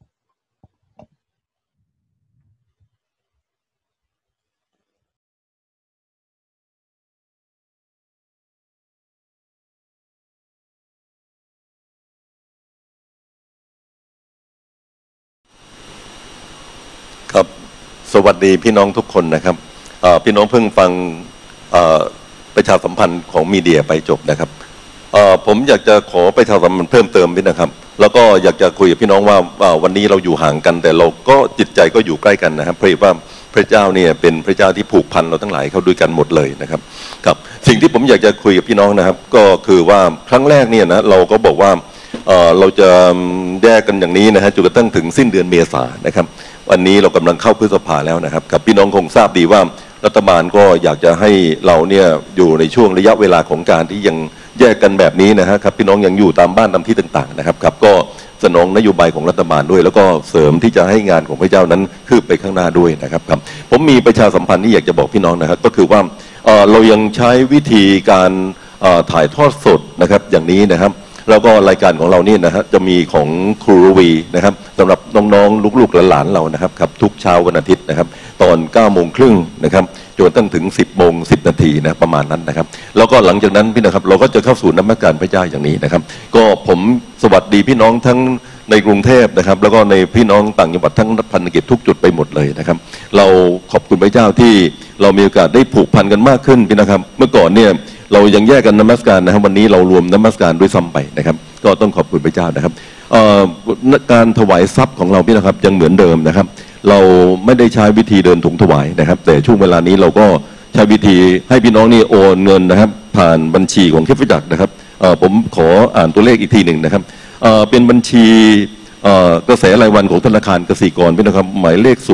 ครับสวัสดีพี่น้องทุกคนนะครับพี่น้องเพิ่งฟังประชาสัมพันธ์ของมีเดียไปจบนะครับผมอยากจะขอประชาสัมพันธ์เพิ่มเติมนิดนะครับแล้วก็อยากจะคุยกับพี่น้องว่าวันนี้เราอยู่ห่างกันแต่เราก็จิตใจก็อยู่ใกล้กันนะครับเพราะว่าพระเจ้าเนี่ยเป็นพระเจ้าที่ผูกพันเราทั้งหลายเข้าด้วยกันหมดเลยนะครับครับสิ่งที่ผมอยากจะคุยกับพี่น้องนะครับก็คือว่าครั้งแรกเนี่ยนะเราก็บอกว่าเราจะแยกกันอย่างนี้นะฮะจนกระทั่งถึงสิ้นเดือนเมษายนนะครับวันนี้เรากำลังเข้าพฤษภาแล้วนะครับกับพี่น้องคงทราบดีว่ารัฐบาลก็อยากจะให้เราเนี่ยอยู่ในช่วงระยะเวลาของการที่ยังแยกกันแบบนี้นะครับพี่น้องยังอยู่ตามบ้านตามที่ต่างๆนะครับก็สนองนโยบายของรัฐบาลด้วยแล้วก็เสริมที่จะให้งานของพระเจ้านั้นคืบไปข้างหน้าด้วยนะครับผมมีประชาสัมพันธ์ที่อยากจะบอกพี่น้องนะครับก็คือว่าเรายังใช้วิธีการถ่ายทอดสดนะครับอย่างนี้นะครับแล้วก็รายการของเรานี่นะฮะจะมีของครูรวีนะครับสำหรับน้องๆลูกๆหลานๆเรานะครับทุกเช้าวันอาทิตย์นะครับตอน 9:30 นนะครับจนตั้งถึง 10:10 นาทีนะประมาณนั้นนะครับแล้วก็หลังจากนั้นพี่นะครับเราก็จะเข้าสู่นมัสการพระเจ้าอย่างนี้นะครับก็ผมสวัสดีพี่น้องทั้งในกรุงเทพนะครับแล้วก็ในพี่น้องต่างจังหวัดทั้งพันธกิจทุกจุดไปหมดเลยนะครับเราขอบคุณพระเจ้าที่เรามีโอกาสได้ผูกพันกันมากขึ้นพี่นะครับเมื่อก่อนเนี่ยเรายังแยกกันนมัสการนะครับวันนี้เรารวมนมัสการด้วยซ้ำไปนะครับก็ต้องขอบคุณพระเจ้านะครับการถวายทรัพย์ของเราพี่นะครับยังเหมือนเดิมนะครับเราไม่ได้ใช้วิธีเดินถุงถวายนะครับแต่ช่วงเวลานี้เราก็ใช้วิธีให้พี่น้องนี่โอนเงินนะครับผ่านบัญชีของคริสตจักรนะครับผมขออ่านตัวเลขอีกทีหนึ่งนะครับเป็นบัญชีกระแสรายวันของธนาคารกสิกรพี่นะครับหมายเลข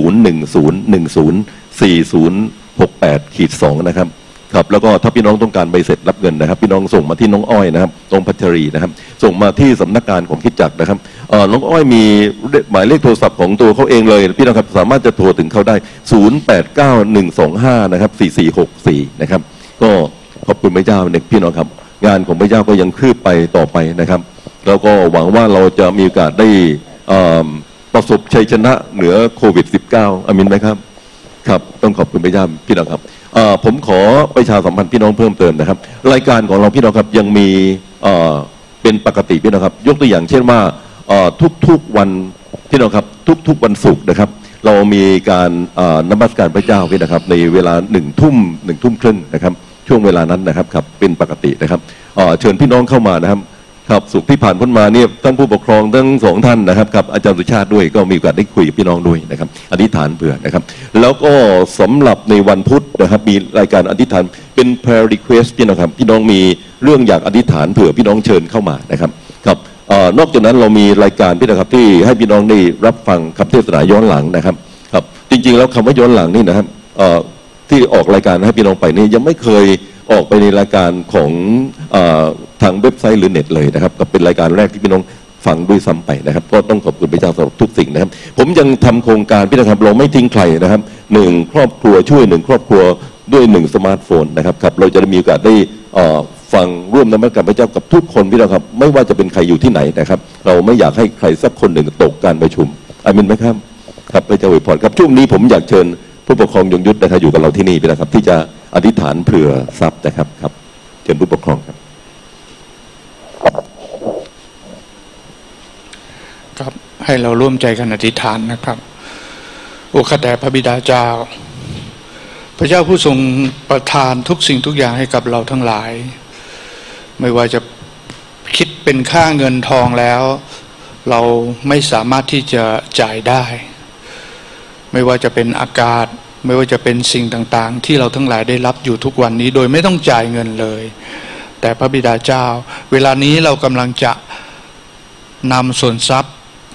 010104068-2นะครับครับแล้วก็ถ้าพี่น้องต้องการใบเสร็จรับเงินนะครับพี่น้องส่งมาที่น้องอ้อยนะครับตรงพัชรีนะครับส่งมาที่สำนักงานของคริสตจักรนะครับน้องอ้อยมีหมายเลขโทรศัพท์ของตัวเขาเองเลยพี่น้องครับสามารถจะโทรถึงเขาได้089125นะครับ4464นะครับก็ขอบคุณพระเจ้าเนี่ยพี่น้องครับงานของพระเจ้าก็ยังคืบไปต่อไปนะครับแล้วก็หวังว่าเราจะมีโอกาสได้ประสบชัยชนะเหนือโควิด-19 อามินไหมครับครับต้องขอบคุณพระเจ้าพี่น้องครับผมขอประชาสัมพันธ์พี่น้องเพิ่มเติมนะครับรายการของเราพี่น้องครับยังมีเป็นปกติพี่น้องครับยกตัวอย่างเช่นว่าทุกๆวันพี่น้องครับทุกๆวันศุกร์นะครับเรามีการนมัสการพระเจ้าพี่นะครับในเวลา1 ทุ่มนะครับช่วงเวลานั้นนะครับเป็นปกตินะครับเชิญพี่น้องเข้ามานะครับครับสุขที่ผ่านพ้นมาเนี่ยทั้งผู้ปกครองทั้ง2 ท่านนะครับอาจารย์สุชาติด้วยก็มีโอกาสได้คุยกับพี่น้องด้วยนะครับอธิษฐานเผื่อนะครับแล้วก็สำหรับในวันพุธนะครับมีรายการอธิษฐานเป็น prayer request พี่น้องครับพี่น้องมีเรื่องอยากอธิษฐานเผื่อพี่น้องเชิญเข้ามานะครับครับนอกจากนั้นเรามีรายการพี่นะครับที่ให้พี่น้องได้รับฟังคำเทศนาย้อนหลังนะครับครับจริงๆแล้วคำว่าย้อนหลังนี่นะครับที่ออกรายการให้พี่น้องไปนี่ยังไม่เคยออกไปในรายการของทางเว็บไซต์หรือเน็ตเลยนะครับก็เป็นรายการแรกที่พี่น้องฟังด้วยซ้ำไปนะครับก็ต้องขอบคุณพระเจ้าสำหรับทุกสิ่งนะครับผมยังทำโครงการพี่นะครับเราไม่ทิ้งใครนะครับ1 ครอบครัวช่วย1 ครอบครัวด้วย1 สมาร์ทโฟนนะครับเราจะได้มีโอกาสได้ฟังร่วมนมัสการพระเจ้ากับทุกคนพี่นะครับไม่ว่าจะเป็นใครอยู่ที่ไหนนะครับเราไม่อยากให้ใครสักคนหนึ่งตกการประชุมอามินไหมครับครับพระเจ้าอวยพรครับช่วงนี้ผมอยากเชิญผู้ปกครองยงยุทธนะครับอยู่กับเราที่นี่พี่นะครับที่จะอธิษฐานเผื่อทรัพย์นะครับเชิญผู้ปกครองครับครับให้เราร่วมใจกันอธิษฐานนะครับโอ้ข้าแต่พระบิดาเจ้าพระเจ้าผู้ทรงประทานทุกสิ่งทุกอย่างให้กับเราทั้งหลายไม่ว่าจะคิดเป็นค่าเงินทองแล้วเราไม่สามารถที่จะจ่ายได้ไม่ว่าจะเป็นอากาศไม่ว่าจะเป็นสิ่งต่างๆที่เราทั้งหลายได้รับอยู่ทุกวันนี้โดยไม่ต้องจ่ายเงินเลยแต่พระบิดาเจ้าเวลานี้เรากำลังจะนำส่วนทรัพย์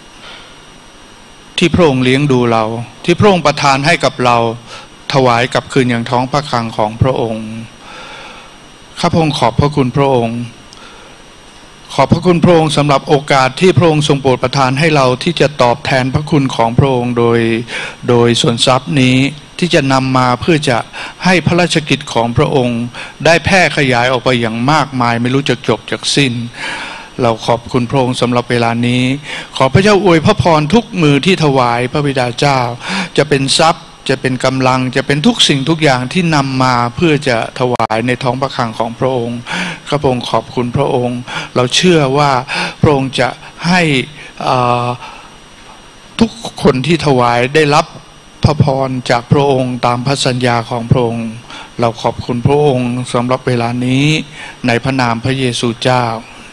ที่พระองค์เลี้ยงดูเราที่พระองค์ประทานให้กับเราถวายกลับคืนอย่างท้องพระคลังของพระองค์ข้าพระองค์ขอบพระคุณพระองค์ขอบพระคุณพระองค์สำหรับโอกาสที่พระองค์ทรงโปรดประทานให้เราที่จะตอบแทนพระคุณของพระองค์โดยส่วนทรัพย์นี้ที่จะนำมาเพื่อจะให้พระราชกิจของพระองค์ได้แพร่ขยายออกไปอย่างมากมายไม่รู้จักจบจากสิ้นเราขอบคุณพระองค์สำหรับเวลานี้ขอพระเจ้าอวยพระพรทุกมือที่ถวายพระบิดาเจ้าจะเป็นทรัพย์จะเป็นกำลังจะเป็นทุกสิ่งทุกอย่างที่นำมาเพื่อจะถวายในท้องพระคลังของพระองค์ข้าพระองค์ขอบคุณพระองค์เราเชื่อว่าพระองค์จะให้ทุกคนที่ถวายได้รับพระพรจากพระองค์ตามพระสัญญาของพระองค์เราขอบคุณพระองค์สำหรับเวลานี้ในพระนามพระเยซูเจ้า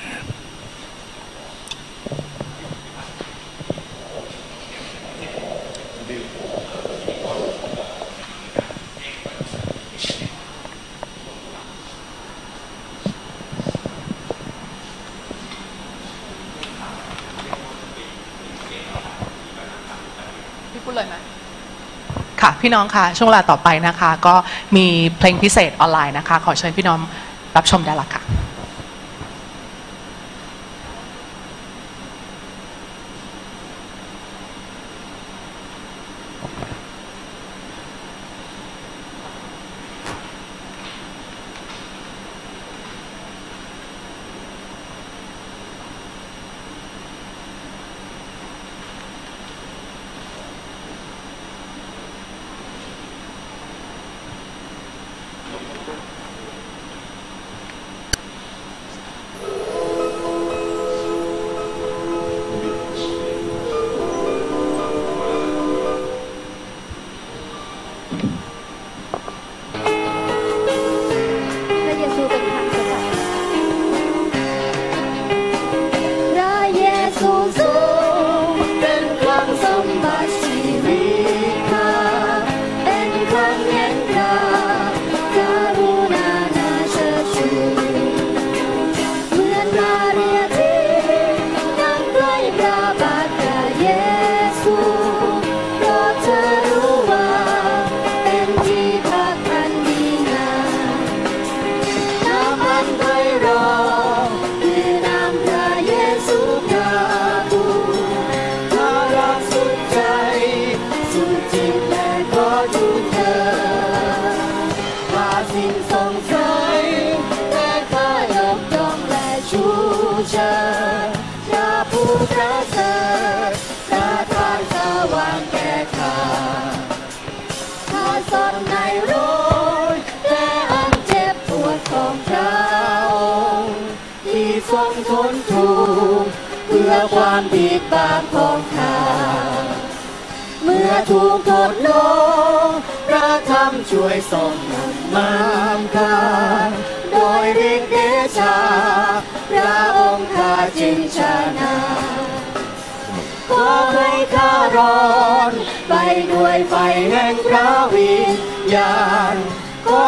ค่ะพี่น้องค่ะช่วงเวลาต่อไปนะคะก็มีเพลงพิเศษออนไลน์นะคะขอเชิญพี่น้องรับชมได้ละค่ะความผิดบาปของข้าเมื่อถูกโทษลงพระธรรมช่วยทรงนำมาข้าโดยฤทธิ์เดชาพระองค์ข้าจึงชนะขอให้ข้ารอดไปด้วยไฟแห่งพระวิญญาณขอ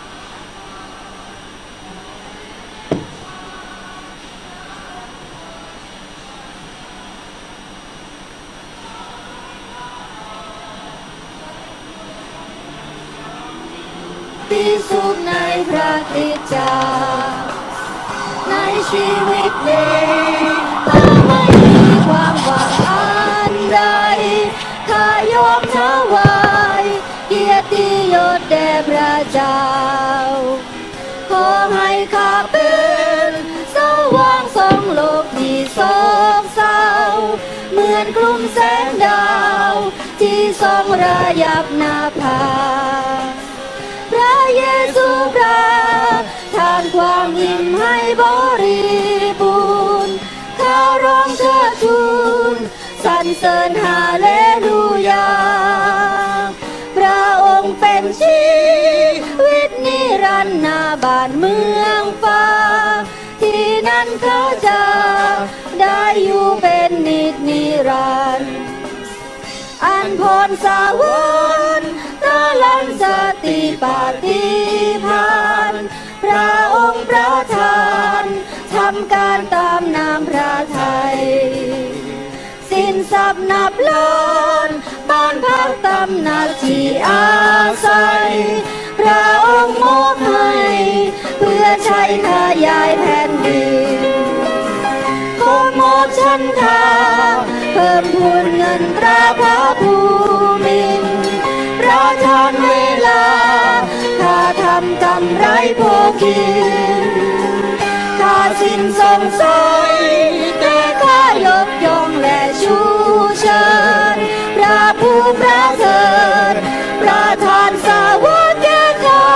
ที่สุขในพระคริสตจักรในชีวิตนี้ถ้าไม่มีความหวังอันใดข้ายอมถวายเกียรติยศแด่พระเจ้าขอให้ข้าเป็นสว่างส่องโลกที่โศกเศร้าเหมือนกลุ่มแสงดาวที่ส่องระยับหน้าผาพระเยซูพระทานความอิ่มให้บริบูรณ์ข้าร้องเทิดทูลสรรเสริญฮาเลลูยาพระองค์เป็นชีวิตนิรันดร์นาบ้านเมืองฟ้าที่นั่นเขาจะได้อยู่เป็นนิจนิรันดร์อันพรสวรรค์ตะลันสติปาฏิภาณพระองค์ประทานทำการตามนามพระทัยสิ้นทรัพย์นับล้านบ้านพักตำหนักที่อาศัยพระองค์มอบให้เพื่อใช้ขยายแผ่นดินขอมอบฉันทาเพิ่มพูนเงินตราพระภูมิพระทานเวลาข้าทำกำไรโภคีข้าสิ้นสงสัยแต่ข้ายกย่องและชูเชิญพระผู้ประเสริฐประทานสาวกแก่ข้า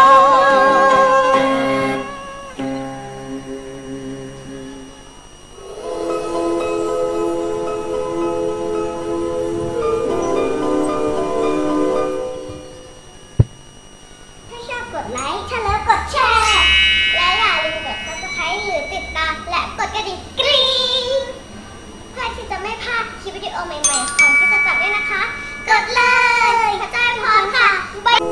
ถ้าชอบกดไลค์ถ้าเลิฟกดแชร์ และอย่าลืมกด Subscribe หรือติดตามและกดกระดิ่งกรี๊งเพื่อที่จะไม่พลาดคลิปวิดีโอใหม่ๆของกิจกรรมด้วยนะคะ กดเลยพระเจ้าพรค่ะบ๊าย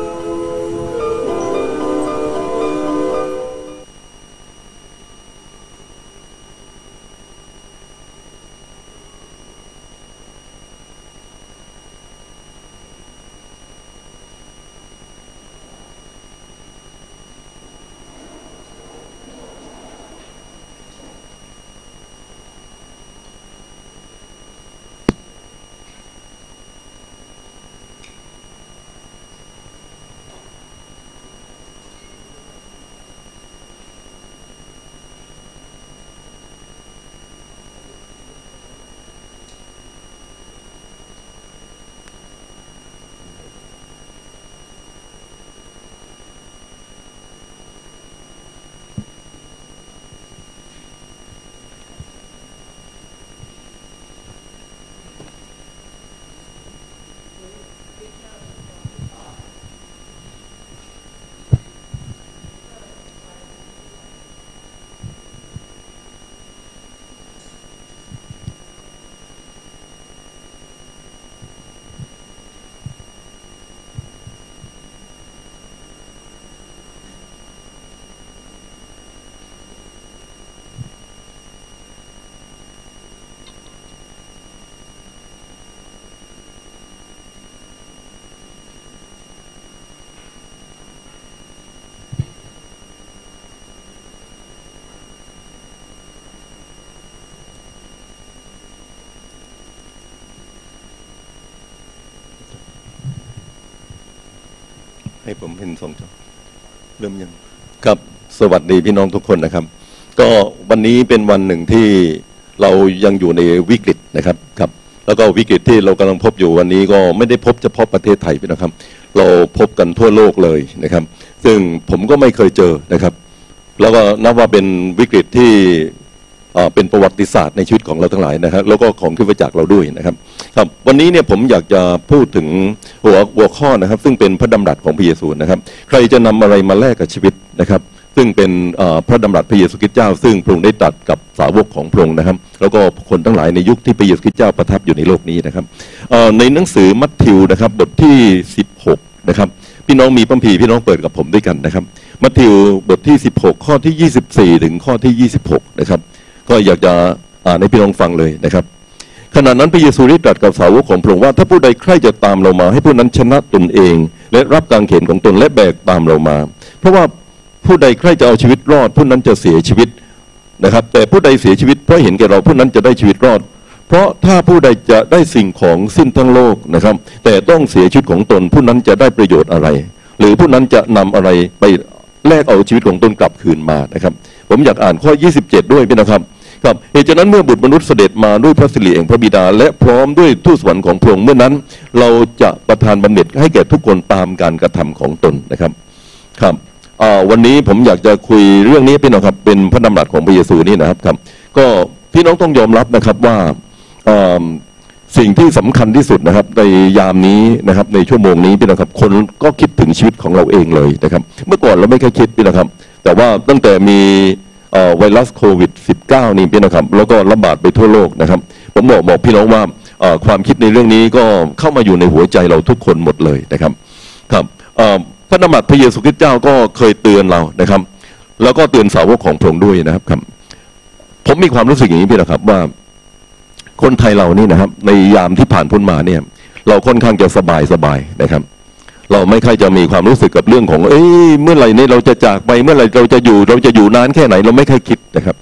ให้ผมเป็น2 จอเริ่มยังครับสวัสดีพี่น้องทุกคนนะครับก็วันนี้เป็นวันหนึ่งที่เรายังอยู่ในวิกฤตนะครับแล้วก็วิกฤตที่เรากำลังพบอยู่วันนี้ก็ไม่ได้พบเฉพาะประเทศไทยนะครับเราพบกันทั่วโลกเลยนะครับซึ่งผมก็ไม่เคยเจอนะครับแล้วก็นับว่าเป็นวิกฤตที่เป็นประวัติศาสตร์ในชีวิตของเราทั้งหลายนะครับแล้วก็ของคริสตจักรเราด้วยนะครับครับวันนี้เนี่ยผมอยากจะพูดถึงหัวข้อนะครับซึ่งเป็นพระดำรัสของพระเยซูนะครับใครจะนำอะไรมาแลกกับชีวิตนะครับซึ่งเป็นพระดำรัสพระเยซูคริสต์เจ้าซึ่งพระองค์ได้ตรัสกับสาวกของพระองค์นะครับแล้วก็คนทั้งหลายในยุคที่พระเยซูคริสต์เจ้าประทับอยู่ในโลกนี้นะครับในหนังสือมัทธิวนะครับบทที่16นะครับพี่น้องมีพระคัมภีร์พี่น้องเปิดกับผมด้วยกันนะครับมัทธิวบทที่16ข้อที่24ถึงข้อที่26นะครับก็อยากจะอ่านให้พี่น้องฟังเลยนะครับขณะนั้นพระเยซูได้ตรัสกับสาวกของพระองค์ว่าถ้าผู้ใดใคร่จะตามเรามาให้ผู้นั้นชนะตนเองและรับกางเขนของตนและแบกตามเรามาเพราะว่าผู้ใดใคร่จะเอาชีวิตรอดผู้นั้นจะเสียชีวิตนะครับแต่ผู้ใดเสียชีวิตเพราะเห็นแก่เราผู้นั้นจะได้ชีวิตรอดเพราะถ้าผู้ใดจะได้สิ่งของสิ้นทั้งโลกนะครับแต่ต้องเสียชีวิตของตนผู้นั้นจะได้ประโยชน์อะไรหรือผู้นั้นจะนำอะไรไปแลกเอาชีวิตของตนกลับคืนมานะครับผมอยากอ่านข้อ27ด้วยพี่นะครับครับเหตุฉะนั้นเมื่อบุตรมนุษย์เสด็จมาด้วยพระสิริแห่งพระบิดาและพร้อมด้วยทูตสวรรค์ของพระองค์เมื่อนั้นเราจะประทานบำเหน็จให้แก่ทุกคนตามการกระทำของตนนะครับครับวันนี้ผมอยากจะคุยเรื่องนี้พี่น้องครับเป็นพระดำรัสของพระเยซูนี่นะครับก็พี่น้องต้องยอมรับนะครับว่าสิ่งที่สำคัญที่สุดนะครับในยามนี้นะครับในชั่วโมงนี้พี่น้องครับคนก็คิดถึงชีวิตของเราเองเลยนะครับเมื่อก่อนเราไม่เคยคิดพี่น้องครับแต่ว่าตั้งแต่มีไวรัสโควิด -19 นี่พี่นะครับแล้วก็ระบาดไปทั่วโลกนะครับผมบอกพี่น้องว่าความคิดในเรื่องนี้ก็เข้ามาอยู่ในหัวใจเราทุกคนหมดเลยนะครับครับพระนามพระเยซูคริสต์เจ้าก็เคยเตือนเรานะครับแล้วก็เตือนสาวกของพระองค์ด้วยนะครับผมมีความรู้สึกอย่างนี้พี่นะครับว่าคนไทยเรานี่นะครับในยามที่ผ่านพ้นมาเนี่ยเราค่อนข้างจะสบายนะครับเราไม่ค่อยจะมีความรู้สึกกับเรื่องของเมื่อไหร่นี่เราจะจากไปเมื่อไหร่เราจะอยู่นานแค่ไหนเราไม่ค่อยคิดนะครับ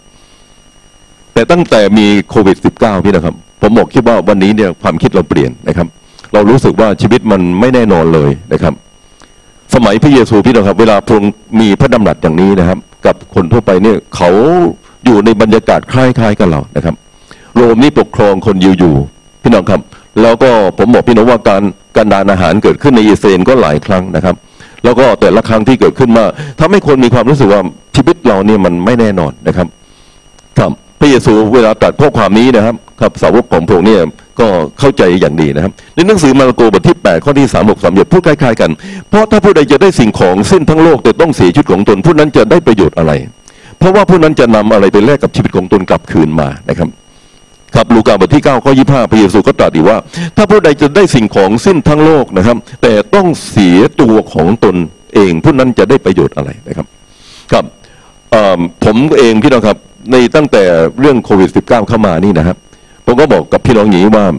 แต่ตั้งแต่มีโควิด -19 พี่นะครับผมคิดว่าวันนี้เนี่ยความคิดเราเปลี่ยนนะครับเรารู้สึกว่าชีวิตมันไม่แน่นอนเลยนะครับสมัยพระเยซูพี่น้องครับเวลาพระองค์มีพระดำรัสอย่างนี้นะครับกับคนทั่วไปเนี่ยเขาอยู่ในบรรยากาศคล้ายๆกับเรานะครับโรมนี่ปกครองคนอยู่พี่น้องครับแล้วก็ผมบอกพี่น้องว่าการดานอาหารเกิดขึ้นในอิสราเอลก็หลายครั้งนะครับแล้วก็แต่ละครั้งที่เกิดขึ้นมาทำให้คนมีความรู้สึกว่าชีวิตเราเนี่ยมันไม่แน่นอนนะครับครับพระเยซูเวลาตรัสข้อความนี้นะครับครับสาวกของพระองค์เนี่ยก็เข้าใจอย่างดีนะครับในหนังสือมาระโกบทที่8ข้อที่36-37พูดคล้ายๆกันเพราะถ้าผู้ใดจะได้สิ่งของสิ้นทั้งโลกแต่ต้องเสียชีวิตของตนผู้นั้นจะได้ประโยชน์อะไรเพราะว่าผู้นั้นจะนำอะไรไปแลกกับชีวิตของตนกลับคืนมานะครับครับลูกาบทที่9ข้อ25พระเยซูก็ตรัสอีกว่าถ้าผู้ใดจะได้สิ่งของสิ้นทั้งโลกนะครับแต่ต้องเสียตัวของตนเองผู้นั้นจะได้ประโยชน์อะไรนะครับครับผมเองพี่น้องครับในตั้งแต่เรื่องโควิด-19เข้ามานี่นะครับผมก็บอกกับพี่น้องอย่างนี้ว่า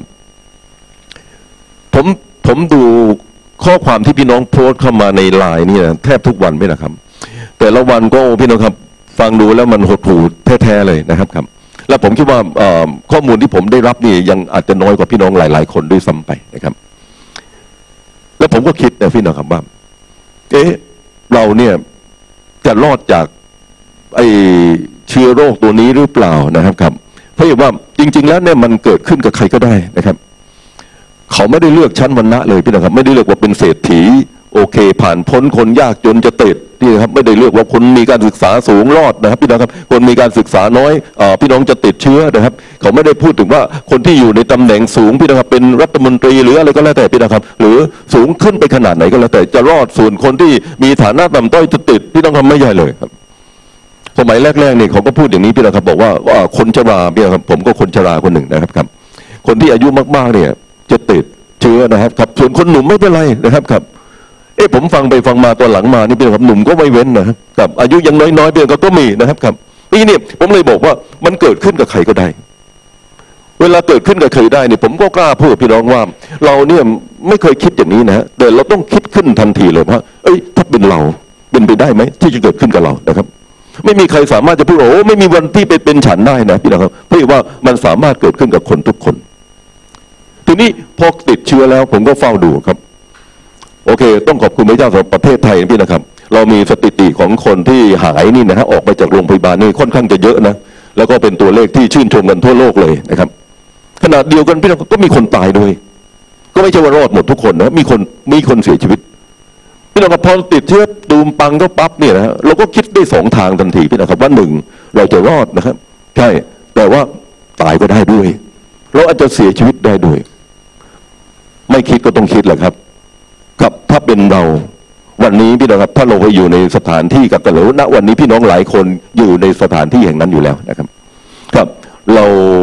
ผมดูข้อความที่พี่น้องโพสต์เข้ามาในไลน์นี่แทบทุกวันไม่นะครับแต่ละวันก็พี่น้องครับฟังดูแล้วมันหดหู่แท้ๆเลยนะครับครับแล้วผมคิดว่าข้อมูลที่ผมได้รับนี่ยังอาจจะน้อยกว่าพี่น้องหลายๆคนด้วยซ้ำไปนะครับแล้วผมก็คิดนะพี่น้องครับว่าเราเนี่ยจะรอดจากไอเชื้อโรคตัวนี้หรือเปล่านะครับครับเพราะว่าจริงๆแล้วเนี่ยมันเกิดขึ้นกับใครก็ได้นะครับเขาไม่ได้เลือกชั้นวรรณะเลยพี่นะครับไม่ได้เลือกว่าเป็นเศรษฐีโอเคผ่านพ้นคนยากจนจะติดนี่นะครับไม่ได้เลือกว่าคนมีการศึกษาสูงรอดนะครับพี่น้องครับคนมีการศึกษาน้อยพี่น้องจะติดเชื้อนะครับเขาไม่ได้พูดถึงว่าคนที่อยู่ในตำแหน่งสูงพี่น้องครับเป็นรัฐมนตรีหรืออะไรก็แล้วแต่พี่น้องครับหรือสูงขึ้นไปขนาดไหนก็แล้วแต่จะรอดส่วนคนที่มีฐานะต่ำต้อยจะติดพี่น้องครับไม่ใช่เลยครับสมัยแรกๆเนี่ยเขาก็พูดอย่างนี้พี่น้องครับบอกว่าคนชราพี่น้องครับผมก็คนชราคนหนึ่งนะครับครับคนที่อายุมากๆเนี่ยจะติดเชื้อนะครับส่วนคนหนุ่มไม่เป็นไรนะครับครับผมฟังไปฟังมาตอนหลังมานี่พี่น้องครับหนุ่มก็ไม่เว้นนะครับอายุยังน้อยๆพี่น้องก็มีนะครับครับนี่เนี่ยผมเลยบอกว่ามันเกิดขึ้นกับใครก็ได้เวลาเกิดขึ้นกับใครได้เนี่ยผมก็กล้าพูดพี่น้องว่าเราเนี่ยไม่เคยคิดอย่างนี้นะแต่เราต้องคิดขึ้นทันทีเลยว่าถ้าเป็นเราเป็นไปได้ไหมที่จะเกิดขึ้นกับเรานะครับไม่มีใครสามารถจะพูดโอ้ไม่มีวันที่เป็นฉันได้นะพี่น้องครับเพราะว่ามันสามารถเกิดขึ้นกับคนทุกคนทีนี้พอติดเชื้อแล้วผมก็เฝ้าดูครับโอเคต้องขอบคุณพระเจ้าสำหรับประเทศไทยพี่นะครับเรามีสถิติของคนที่หายนี่นะฮะออกไปจากโรงพยาบาลนี่ค่อนข้างจะเยอะนะแล้วก็เป็นตัวเลขที่ชื่นชมกันทั่วโลกเลยนะครับขณะเดียวกันพี่น้องก็มีคนตายด้วยก็ไม่ใช่ว่ารอดหมดทุกคนนะมีคนเสียชีวิตพี่น้องครับพอติดเชื้อตูมปังก็ปั๊บเนี่ยนะเราก็คิดได้2ทางทันทีพี่นะครับว่า1เราจะรอดนะครับใช่แต่ว่าตายก็ได้ด้วยเราอาจจะเสียชีวิตได้ด้วยไม่คิดก็ต้องคิดแหละครับกับถ้าเป็นเราวันนี้พี่น้องครับถ้าเราไปอยู่ในสถานที่กับกันแล้วณวันนี้พี่น้องหลายคนอยู่ในสถานที่แห่งนั้นอยู่แล้วนะครับครับเรา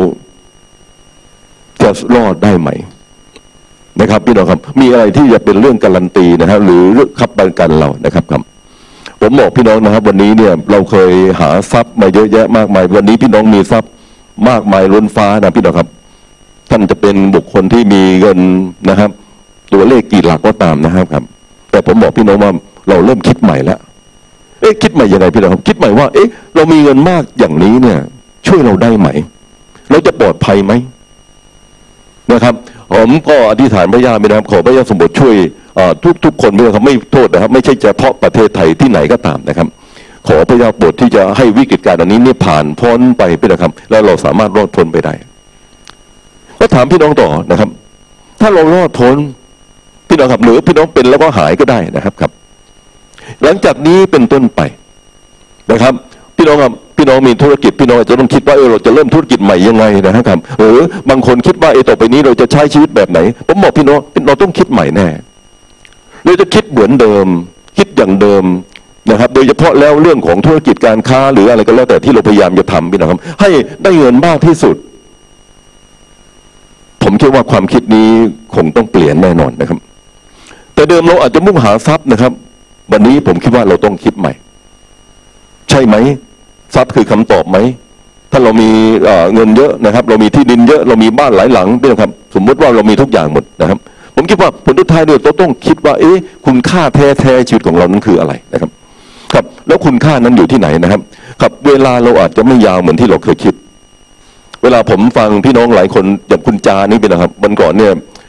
จะรอดได้ไหมนะครับพี่น้องครับมีอะไรที่จะเป็นเรื่องการันตีนะครับหรือขับประกันเรานะครับครับผมบอกพี่น้องนะครับวันนี้เนี่ยเราเคยหาทรัพย์มาเยอะแยะมากมายวันนี้พี่น้องมีทรัพย์มากมายล้นฟ้านะพี่น้องครับท่านจะเป็นบุคคลที่มีเงินนะครับตัวเลขกี่หลักก็ตามนะครับครับแต่ผมบอกพี่น้องว่าเราเริ่มคิดใหม่แล้วคิดใหม่ยังไงพี่น้องครับคิดใหม่ว่าเรามีเงินมากอย่างนี้เนี่ยช่วยเราได้ไหมเราจะปลอดภัยไหมนะครับผมก็อธิษฐานพระยาไปนะครับขอพระยาสมบูรณ์ช่วยทุกคนด้วยครับไม่โทษนะครับไม่ใช่เฉพาะประเทศไทยที่ไหนก็ตามนะครับขอพระยาโปรดที่จะให้วิกฤตการณ์อันนี้เนี่ยผ่านพ้นไปนะครับแล้วเราสามารถรอดพ้นไปได้ก็ถามพี่น้องต่อนะครับถ้าเรารอดพ้นพี่น้องครับหรือพี่น้องเป็นแล้วก็หายก็ได้นะครับครับหลังจากนี้เป็นต้นไปนะครับพี่น้องครับพี่น้องมีธุรกิจพี่น้องจะต้องคิดว่าเราจะเริ่มธุรกิจใหม่ยังไงนะครับหรือบางคนคิดว่าต่อไปนี้เราจะใช้ชีวิตแบบไหนผมบอกพี่น้องเราต้องคิดใหม่แน่เราจะคิดเหมือนเดิมคิดอย่างเดิมนะครับโดยเฉพาะแล้วเรื่องของธุรกิจการค้าหรืออะไรก็แล้วแต่ที่เราพยายามจะทำพี่น้องครับให้ได้เงินมากที่สุดผมคิดว่าความคิดนี้คงต้องเปลี่ยนแน่นอนนะครับแต่เดิมเราอาจจะมุ่งหาทรัพย์นะครับวันนี้ผมคิดว่าเราต้องคิดใหม่ใช่ไหมทรัพย์คือคำตอบไหมถ้าเรามีเงินเยอะนะครับเรามีที่ดินเยอะเรามีบ้านหลายหลังด้วยครับสมมติว่าเรามีทุกอย่างหมดนะครับผมคิดว่าผลสุดท้ายเนี่ยเราต้องคิดว่าคุณค่าแท้ๆชีวิตของเรานั้นคืออะไรนะครับครับแล้วคุณค่านั้นอยู่ที่ไหนนะครับครับเวลาเราอาจจะไม่ยาวเหมือนที่เราเคยคิดเวลาผมฟังพี่น้องหลายคนอย่างคุณจานี่เป็นนะครับวันก่อนเนี่ย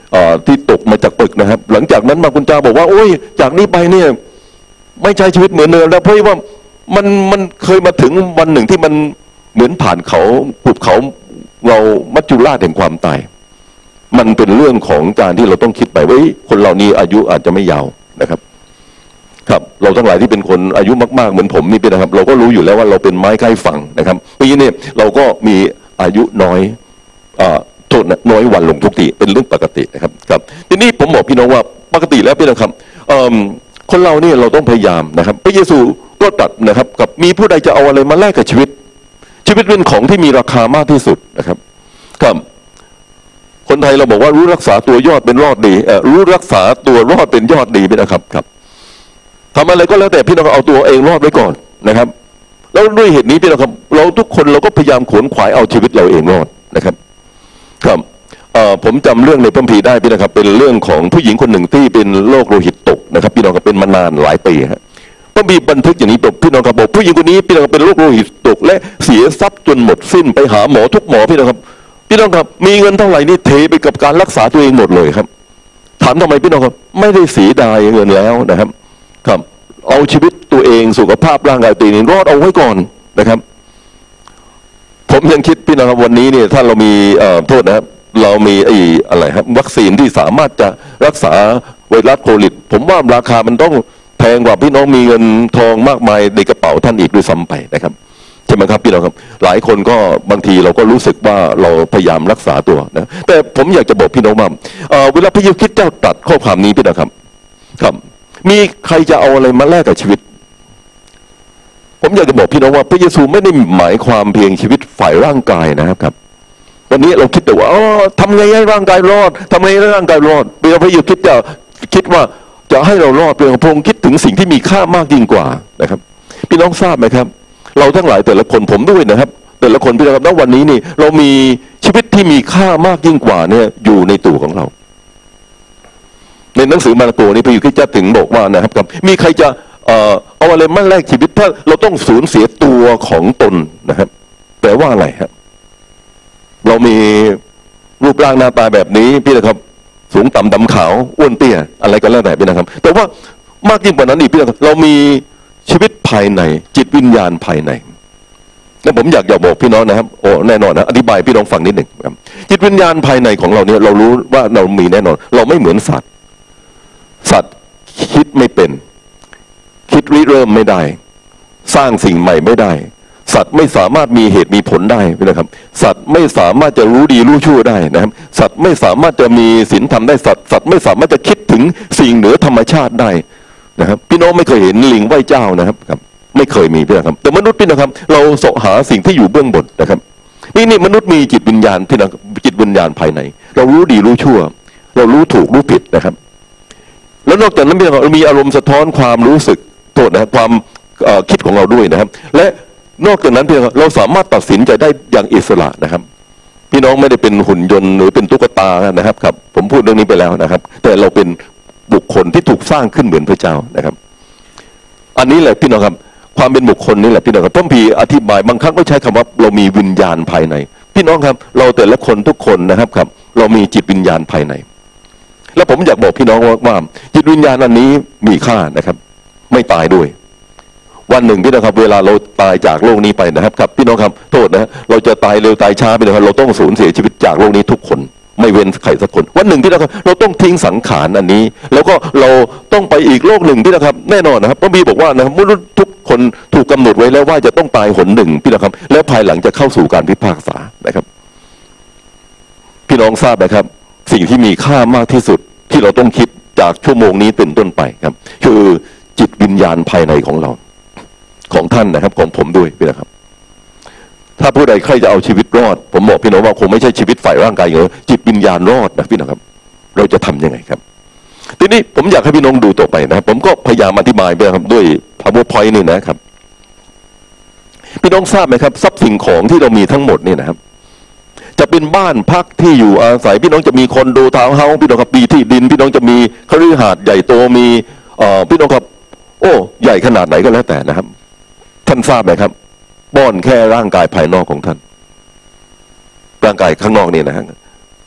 ที่ตกมาจากตึกนะครับหลังจากนั้นมาคุณจาบอกว่าโอ้ยจากนี้ไปเนี่ยไม่ใช้ชีวิตเหมือนเดิมแล้วเพราะว่ามันเคยมาถึงวันหนึ่งที่มันเหมือนผ่านเขาภูเขาเรามัจจุราชแห่งความตายมันเป็นเรื่องของการที่เราต้องคิดไปว่าคนเหล่านี้อายุอาจจะไม่ยาวนะครับครับเราทั้งหลายที่เป็นคนอายุมากๆเหมือนผมนี่เป็นนะครับเราก็รู้อยู่แล้วว่าเราเป็นไม้ใกล้ฝั่งนะครับปีนี้เราก็มีอายุน้อยโทษนะน้อยวันลงทุกทีเป็นเรื่องปกตินะครับครับทีนี้ผมบอกพี่น้องว่าปกติแล้วพี่นะครับคนเราเนี่ยเราต้องพยายามนะครับพระเยซูก็ตรัสนะครับกับมีผู้ใดจะเอาอะไรมาแลกกับชีวิตเป็นของที่มีราคามากที่สุดนะครับครับคนไทยเราบอกว่ารู้รักษาตัวยอดเป็นรอดดีรู้รักษาตัวรอดเป็นยอดดีไปนะครับครับทำอะไรก็แล้วแต่พี่น้องเอาตัวเองรอดไว้ก่อนนะครับแล้วด้วยเหตุนี้พี่น้องครับเราทุกคนเราก็พยายามขวนขวายเอาชีวิตเราเองรอดนะครับครับผมจำเรื่องในพระคัมภีร์ได้พี่นะครับเป็นเรื่องของผู้หญิงคนหนึ่งที่เป็นโรคโลหิตตกนะครับพี่น้องครับเป็นมานานหลายปีฮะพระคัมภีร์บันทึกอย่างนี้พี่น้องครับบอกผู้หญิงคนนี้พี่น้องเป็นโรคโลหิตตกและเสียทรัพย์จนหมดสิ้นไปหาหมอทุกหมอพี่น้องครับพี่น้องครับมีเงินเท่าไหร่นี่เทไปกับการรักษาตัวเองหมดเลยครับถามทำไมพี่น้องครับไม่ได้เสียดายเงินแล้วนะครับครับเอาชีวิตตัวเองสุขภาพร่างกายตัวเองรอดเอาไว้ก่อนนะครับผมยังคิดพี่น้องครับวันนี้เนี่ยถ้าเรามีโทษนะครับเรามีอะไรครับวัคซีนที่สามารถจะรักษาไวรัสโควิดผมว่าราคามันต้องแพงกว่าพี่น้องมีเงินทองมากมายในกระเป๋าท่านอีกด้วยซ้ำไปนะครับใช่ไหมครับพี่น้องครับหลายคนก็บางทีเราก็รู้สึกว่าเราพยายามรักษาตัวนะแต่ผมอยากจะบอกพี่น้องว่าเวลาพระเยซูคริสต์เจ้าตรัสข้อความนี้พี่น้องครับครับมีใครจะเอาอะไรมาแลกกับชีวิตผมอยากจะบอกพี่น้องว่าพระเยซูไม่ได้หมายความเพียงชีวิตฝ่ายร่างกายนะครับวันนี้เราคิดแต่ว่าทำไงให้ร่างกายรอดทำไงให้ร่างกายรอดพระเยซูคริสต์จะคิดว่าจะให้เรารอดพระองค์คิดถึงสิ่งที่มีค่ามากยิ่งกว่านะครับพี่น้องทราบไหมครับเราทั้งหลายแต่ละคนผมด้วยนะครับแต่ละคนพี่น้องครับณวันนี้นี่เรามีชีวิตที่มีค่ามากยิ่งกว่าเนี่ยอยู่ในตัวของเราในหนังสือมาระโกนี่พระเยซูคริสต์ถึงบอกว่านะครับมีใครจะเอาอะไรมาแลกชีวิตถ้าเราต้องสูญเสียตัวของตนนะครับแปลว่าอะไรครับเรามีรูปร่างหน้าตาแบบนี้พี่นะครับสูงต่ำดำขาวอ้วนเตี้ยอะไรก็แล้วแต่พี่นะครับแต่ว่ามากยิ่งกว่านั้นอีกพี่นะครับเรามีชีวิตภายในจิตวิญญาณภายในและผมอยากบอกพี่น้องนะครับโอ้แน่นอนนะอธิบายพี่น้องฟังนิดหนึ่งครับจิตวิญญาณภายในของเราเนี่ยเรารู้ว่าเรามีแน่นอนเราไม่เหมือนสัตว์คิดไม่เป็นคิดริเริ่มไม่ได้สร้างสิ่งใหม่ไม่ได้สัตว์ไม่สามารถมีเหตุมีผลได้นะครับสัตว์ไม่สามารถจะรู้ดีรู้ชั่วได้นะครับสัตว์ไม่สามารถจะมีศีลธรรมได้สัตว์ไม่สามารถจะคิดถึงสิ่งเหนือธรรมชาติได้นะครับพี่น้องไม่เคยเห็นลิงไหว้เจ้านะครับไม่เคยมีพี่นะครับแต่มนุษย์พี่นะครับเราเสาะหาสิ่งที่อยู่เบื้องบนนะครับนี่มนุษย์มีจิตวิญญาณที่นะจิตวิญญาณภายในเรารู้ดีรู้ชั่วเรารู้ถูกรู้ผิดนะครับแล้วนอกจากนั้นเรามีอารมณ์สะท้อนความรู้สึกโทษนะความคิดของเราด้วยนะครับและนอกจากนั้นเราสามารถตัดสินใจได้อย่างอิสระนะครับพี่น้องไม่ได้เป็นหุ่นยนต์หรือเป็นตุ๊กตานะครับผมพูดเรื่องนี้ไปแล้วนะครับแต่เราเป็นบุคคลที่ถูกสร้างขึ้นเหมือนพระเจ้านะครับอันนี้แหละพี่น้องครับความเป็นบุคคลนี่แหละพี่น้องครับพระคัมภีร์อธิบายบางครั้งก็ใช้คำว่าเรามีวิญญาณภายในพี่น้องครับเราแต่ละคนทุกคนนะครับเรามีจิตวิญญาณภายในแล้วผมอยากบอกพี่น้องว่าจิตวิญญาณอันนี้มีค่านะครับไม่ตายด้วยวันหนึ่งพี่น้องครับเวลาเราตายจากโลกนี้ไปนะครับพี่น้องครับโทษนะเราจะตายเร็วตายช้าไปนะครับเราต้องสูญเสียชีวิตจากโลกนี้ทุกคนไม่เว้นใครสักคนวันหนึ่งพี่น้องครับเราต้องทิ้งสังขารอันนี้แล้วก็เราต้องไปอีกโลกหนึ่งพี่น้องครับแน่นอนนะครับพระบีบอกว่านะครับมนุษย์ทุกคนถูกกำหนดไว้แล้วว่าจะต้องตายหนหนึ่งพี่น้องครับแล้วภายหลังจะเข้าสู่การพิพากษานะครับพี่น้องทราบไหมครับสิ่งที่มีค่ามากที่สุดที่เราต้องคิดจากชั่วโมงนี้เป็นต้นไปครับคือจิตวิญญาณภายในของเราของท่านนะครับของผมด้วยพี่นะครับถ้าผู้ใดใครจะเอาชีวิตรอดผมบอกพี่น้องว่าคงไม่ใช่ชีวิตฝ่ายร่างกายอย่างเดียวจิตวิญญาณรอดนะพี่นะครับเราจะทํำยังไงครับทีนี้ผมอยากให้พี่น้องดูต่อไปนะครับผมก็พยายามอธิบายไปครับด้วย PowerPoint นี่นะครับพี่น้องทราบไหมครับทรัพย์สินของที่เรามีทั้งหมดนี่นะครับจะเป็นบ้านพักที่อยู่อาศัยพี่น้องจะมีคอนโดทาวน์เฮาส์พี่น้องครับมีที่ดินพี่น้องจะมีคฤหาสน์ใหญ่โตมีพี่น้องครับโอ้ใหญ่ขนาดไหนก็แล้วแต่นะครับท่านทราบไหมครับป้อนแค่ร่างกายภายนอกของท่านร่างกายข้างนอกนี่นะฮะ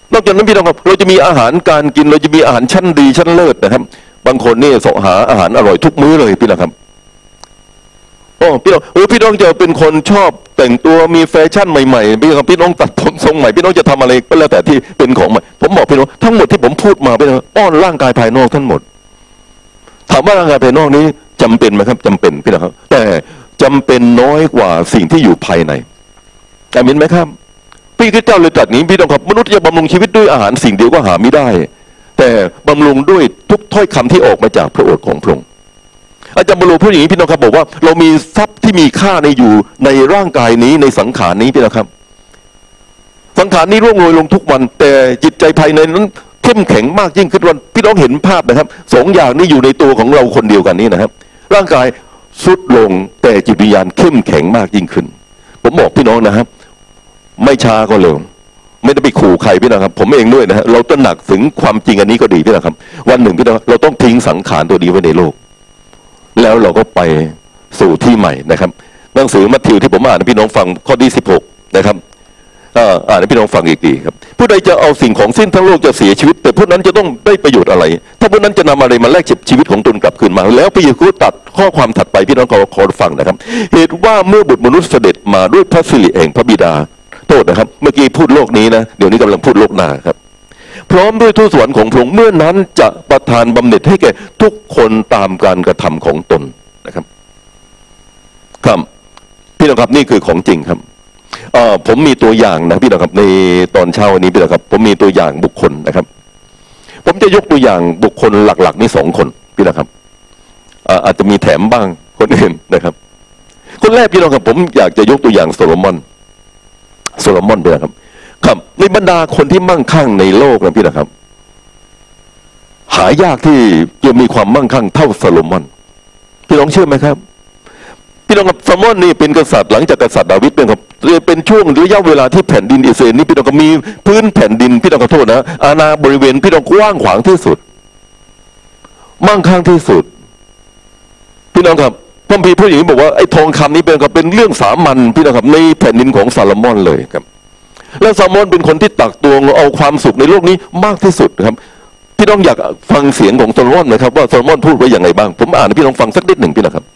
นอกจากนั้นพี่น้องครับเราจะมีอาหารการกินเราจะมีอาหารชั้นดีชั้นเลิศนะครับบางคนนี่เสาะหาอาหารอร่อยทุกมื้อเลยพี่น้องครับพี่น้องพี่น้องจะเป็นคนชอบแต่งตัวมีแฟชั่นใหม่ๆพี่น้องตัดผมทรงใหม่พี่น้องจะทำอะไรก็แล้วแต่ที่เป็นของใหม่ผมบอกพี่น้องทั้งหมดที่ผมพูดมาพี่น้องอ้อนร่างกายภายนอกทั้งหมดถามว่าร่างกายภายนอกนี้จำเป็นไหมครับจำเป็นพี่น้องครับแต่จำเป็นน้อยกว่าสิ่งที่อยู่ภายในแต่เห็นไหมครับพี่คริสต์เจ้าเลยตรัสนี้พี่น้องครับมนุษย์จะบำรุงชีวิตด้วยอาหารสิ่งเดียวก็หาไม่ได้แต่บำรุงด้วยทุกถ้อยคำที่ออกมาจากพระโอษฐ์ของพระองค์อาจารย์บรูพูดอย่างนี้พี่น้องครับบอกว่าเรามีทรัพย์ที่มีค่าในอยู่ในร่างกายนี้ในสังขารนี้พี่น้องครับสังขารนี้ร่วงโรยลงทุกวันแต่จิตใจภายในนั้นเข้มแข็งมากยิ่งขึ้นวันพี่น้องเห็นภาพนะครับสองอย่างนี้อยู่ในตัวของเราคนเดียวกันนี้นะครับร่างกายทรุดลงแต่จิตวิญญาณเข้มแข็งมากยิ่งขึ้นผมบอกพี่น้องนะครับไม่ช้าก็เร็วไม่ได้ไปขู่ใครพี่น้องครับผมเองด้วยนะฮะเราตระหนักถึงความจริงอันนี้ก็ดีพี่น้องครับวันหนึ่งพี่น้องเราต้องทิ้งสังขารตัวนี้ไว้ในโลกแล้วเราก็ไปสู่ที่ใหม่นะครับหนังสือมัทธิวที่ผมอ่านให้พี่น้องฟังข้อที่16นะครับอ่านให้พี่น้องฟังอีกทีครับผู้ใดจะเอาสิ่งของสิ้นทั้งโลกจะเสียชีวิตแต่ผู้นั้นจะต้องได้ประโยชน์อะไรถ้าผู้นั้นจะนำอะไรมาแลกชีวิตของตนกลับคืนมาแล้วพระเยซูตัดข้อความถัดไปพี่น้องขอฟังนะครับเหตุว่าเมื่อบุตรมนุษย์เสด็จมาด้วยพระสิริแห่งพระบิดาโทษนะครับเมื่อกี้พูดโลกนี้นะเดี๋ยวนี้กำลังพูดโลกหน้าครับพร้อมด้วยทูตสวรรค์ของพระองค์เมื่อนั้นจะประทานบำเหน็จให้แก่ทุกคนตามการกระทำของตนนะครับครับพี่น้องครับนี่คือของจริงครับผมมีตัวอย่างนะพี่น้องครับในตอนเช้าวันนี้พี่น้องครับผมมีตัวอย่างบุคคลนะครับผมจะยกตัวอย่างบุคคลหลักๆนี่2 คนพี่น้องครับอาจจะมีแถมบ้างคนอื่นนะครับคนแรกพี่น้องครับผมอยากจะยกตัวอย่างโซโลมอนด้วยครับครับในบรรดาคนที่มั่งคั่งในโลกนะพี่นะครับหายากที่จะมีความมั่งคั่งเท่าโซโลมอนพี่น้องเชื่อไหมครับพี่น้องครับโซโลมอนนี่เป็นกษัตริย์หลังจากกษัตริย์ดาวิดเป็นช่วงระยะเวลาที่แผ่นดินอิสราเอลนี่พี่น้องก็มีพื้นแผ่นดินพี่น้องขอโทษนะอาณาบริเวณพี่น้องกว้างขวางที่สุดมั่งคั่งที่สุดพี่น้องครับพระคัมภีร์พูดอย่างนี้บอกว่าไอ้ทองคำนี้เป็นเรื่องสามัญพี่น้องครับในแผ่นดินของซาโลมอนเลยครับและซาโลมอนเป็นคนที่ตักตวงเอาความสุขในโลกนี้มากที่สุดครับพี่น้องอยากฟังเสียงของซาโลมอนไหมครับว่าซาโลมอนพูดไว้อย่างไรบ้างผมอ่านให้พี่น้องฟังสักนิดหนึ่งพี่นะครับ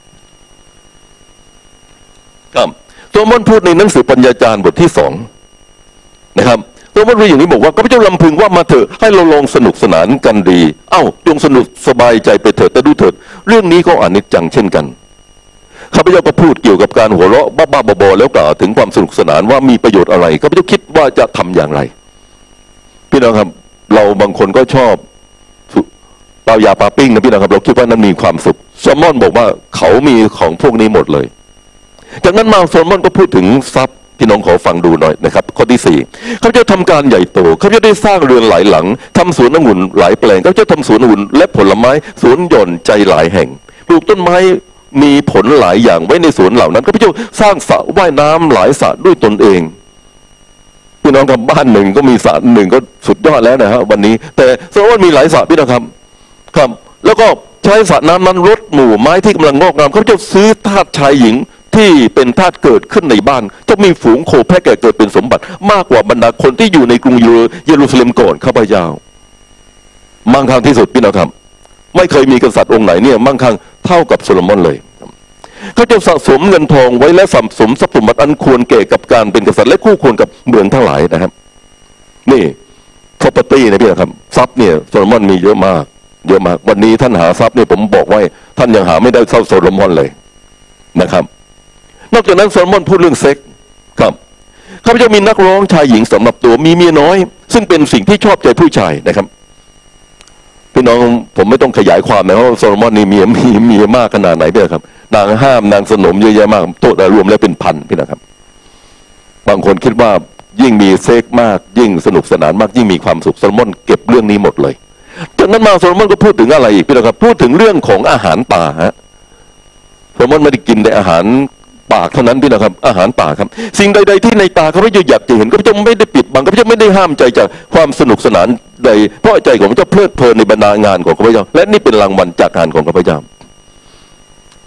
ครับซาโลมอนพูดในหนังสือปัญญาจารย์บทที่2นะครับซาโลมอนพูดอย่างนี้บอกว่าข้าพเจ้าลำพึงว่ามาเถอะให้เราลองสนุกสนานกันดีจงสนุกสบายใจไปเถิดแต่ดูเถิดเรื่องนี้ก็อนิจจังเช่นกันข้าพเจ้าก็พูดเกี่ยวกับการหัวเราะบ้าๆบอๆแล้วกล่าวถึงความสนุกสนานว่ามีประโยชน์อะไรข้าพเจ้าคิดว่าจะทำอย่างไรพี่น้องครับเราบางคนก็ชอบเปล่ายาปาปิ้งนะพี่น้องครับเราคิดว่านั้นมีความสุขโซโลมอนบอกว่าเขามีของพวกนี้หมดเลยจากนั้นมาโซโลมอนก็พูดถึงทรัพย์พี่น้องขอฟังดูหน่อยนะครับข้อที่4ข้าพเจ้าทำการใหญ่โตข้าพเจ้าได้สร้างเรือนหลายหลังทำสวนองุ่นหลายแปลงข้าพเจ้าทำสวนองุ่นและผลไม้สวนหย่อนใจหลายแห่งปลูกต้นไม้มีผลหลายอย่างไว้ในสวนเหล่านั้นข้าพเจ้าสร้างสระว่ายน้ำหลายสระด้วยตนเองพี่น้องครับบ้านหนึ่งก็มีสระหนึ่งก็สุดยอดแล้วนะฮะวันนี้แต่โซโลมอนมีหลายสระพี่น้องครับแล้วก็ใช้สระน้ำนั้นรดหมู่ไม้ที่กำลังงอกงามข้าพเจ้าซื้อทาสชายหญิงที่เป็นทาสเกิดขึ้นในบ้านจะมีฝูงโคแพะแก่เกิดเป็นสมบัติมากกว่าบรรดาคนที่อยู่ในกรุงเยรูซาเล็มก่อนข้าพเจ้ามั่งคั่งที่สุดพี่น้องครับไม่เคยมีกษัตริย์องค์ไหนเนี่ยมั่งคั่งเท่ากับโซโลมอนเลยเขาจะสะสมเงินทองไว้และสะสมทรัพย์สมบัติอันควรแก่กับการเป็นกษัตริย์และคู่ควรกับเมืองทั้งหลายนะครับนี่ property นะพี่นะครับทรัพย์เนี่ยโซโลมอนมีเยอะมากวันนี้ท่านหาทรัพย์เนี่ยผมบอกไว้ท่านยังหาไม่ได้เท่าโซโลมอนเลยนะครับนอกจากนั้นโซโลมอนพูดเรื่องเซ็กครับข้าพเจ้ามีนักร้องชายหญิงสำหรับตัวมีเมียน้อยซึ่งเป็นสิ่งที่ชอบใจผู้ชายนะครับพี่น้องผมไม่ต้องขยายความนะเพราะโซโลมอนนี่มีเมียมากขนาดไหนพี่นะครับนางห้ามนางสนมเยอะแยะมากโทษรวมแล้วเป็นพันพี่นะครับบางคนคิดว่ายิ่งมีเซ็กมากยิ่งสนุกสนานมากยิ่งมีความสุขโซโลมอนเก็บเรื่องนี้หมดเลยจากนั้นมาโซโลมอนก็พูดถึงอะไรอีกพี่นะครับพูดถึงเรื่องของอาหารป่าฮะโซโลมอนไม่ได้กินแต่อาหารป่าเท่านั้นพี่นะครับอาหารป่าครับสิ่งใดๆที่ในตาเขาไม่อยากจะเห็นก็จะไม่ได้ปิดบังก็จะไม่ได้ห้ามใจจากความสนุกสนานใดเพราะใจของพระเจ้าเพลิดเพลินในบรรดางานของพระเจ้าและนี่เป็นรางวัลจากงานของพระเจ้า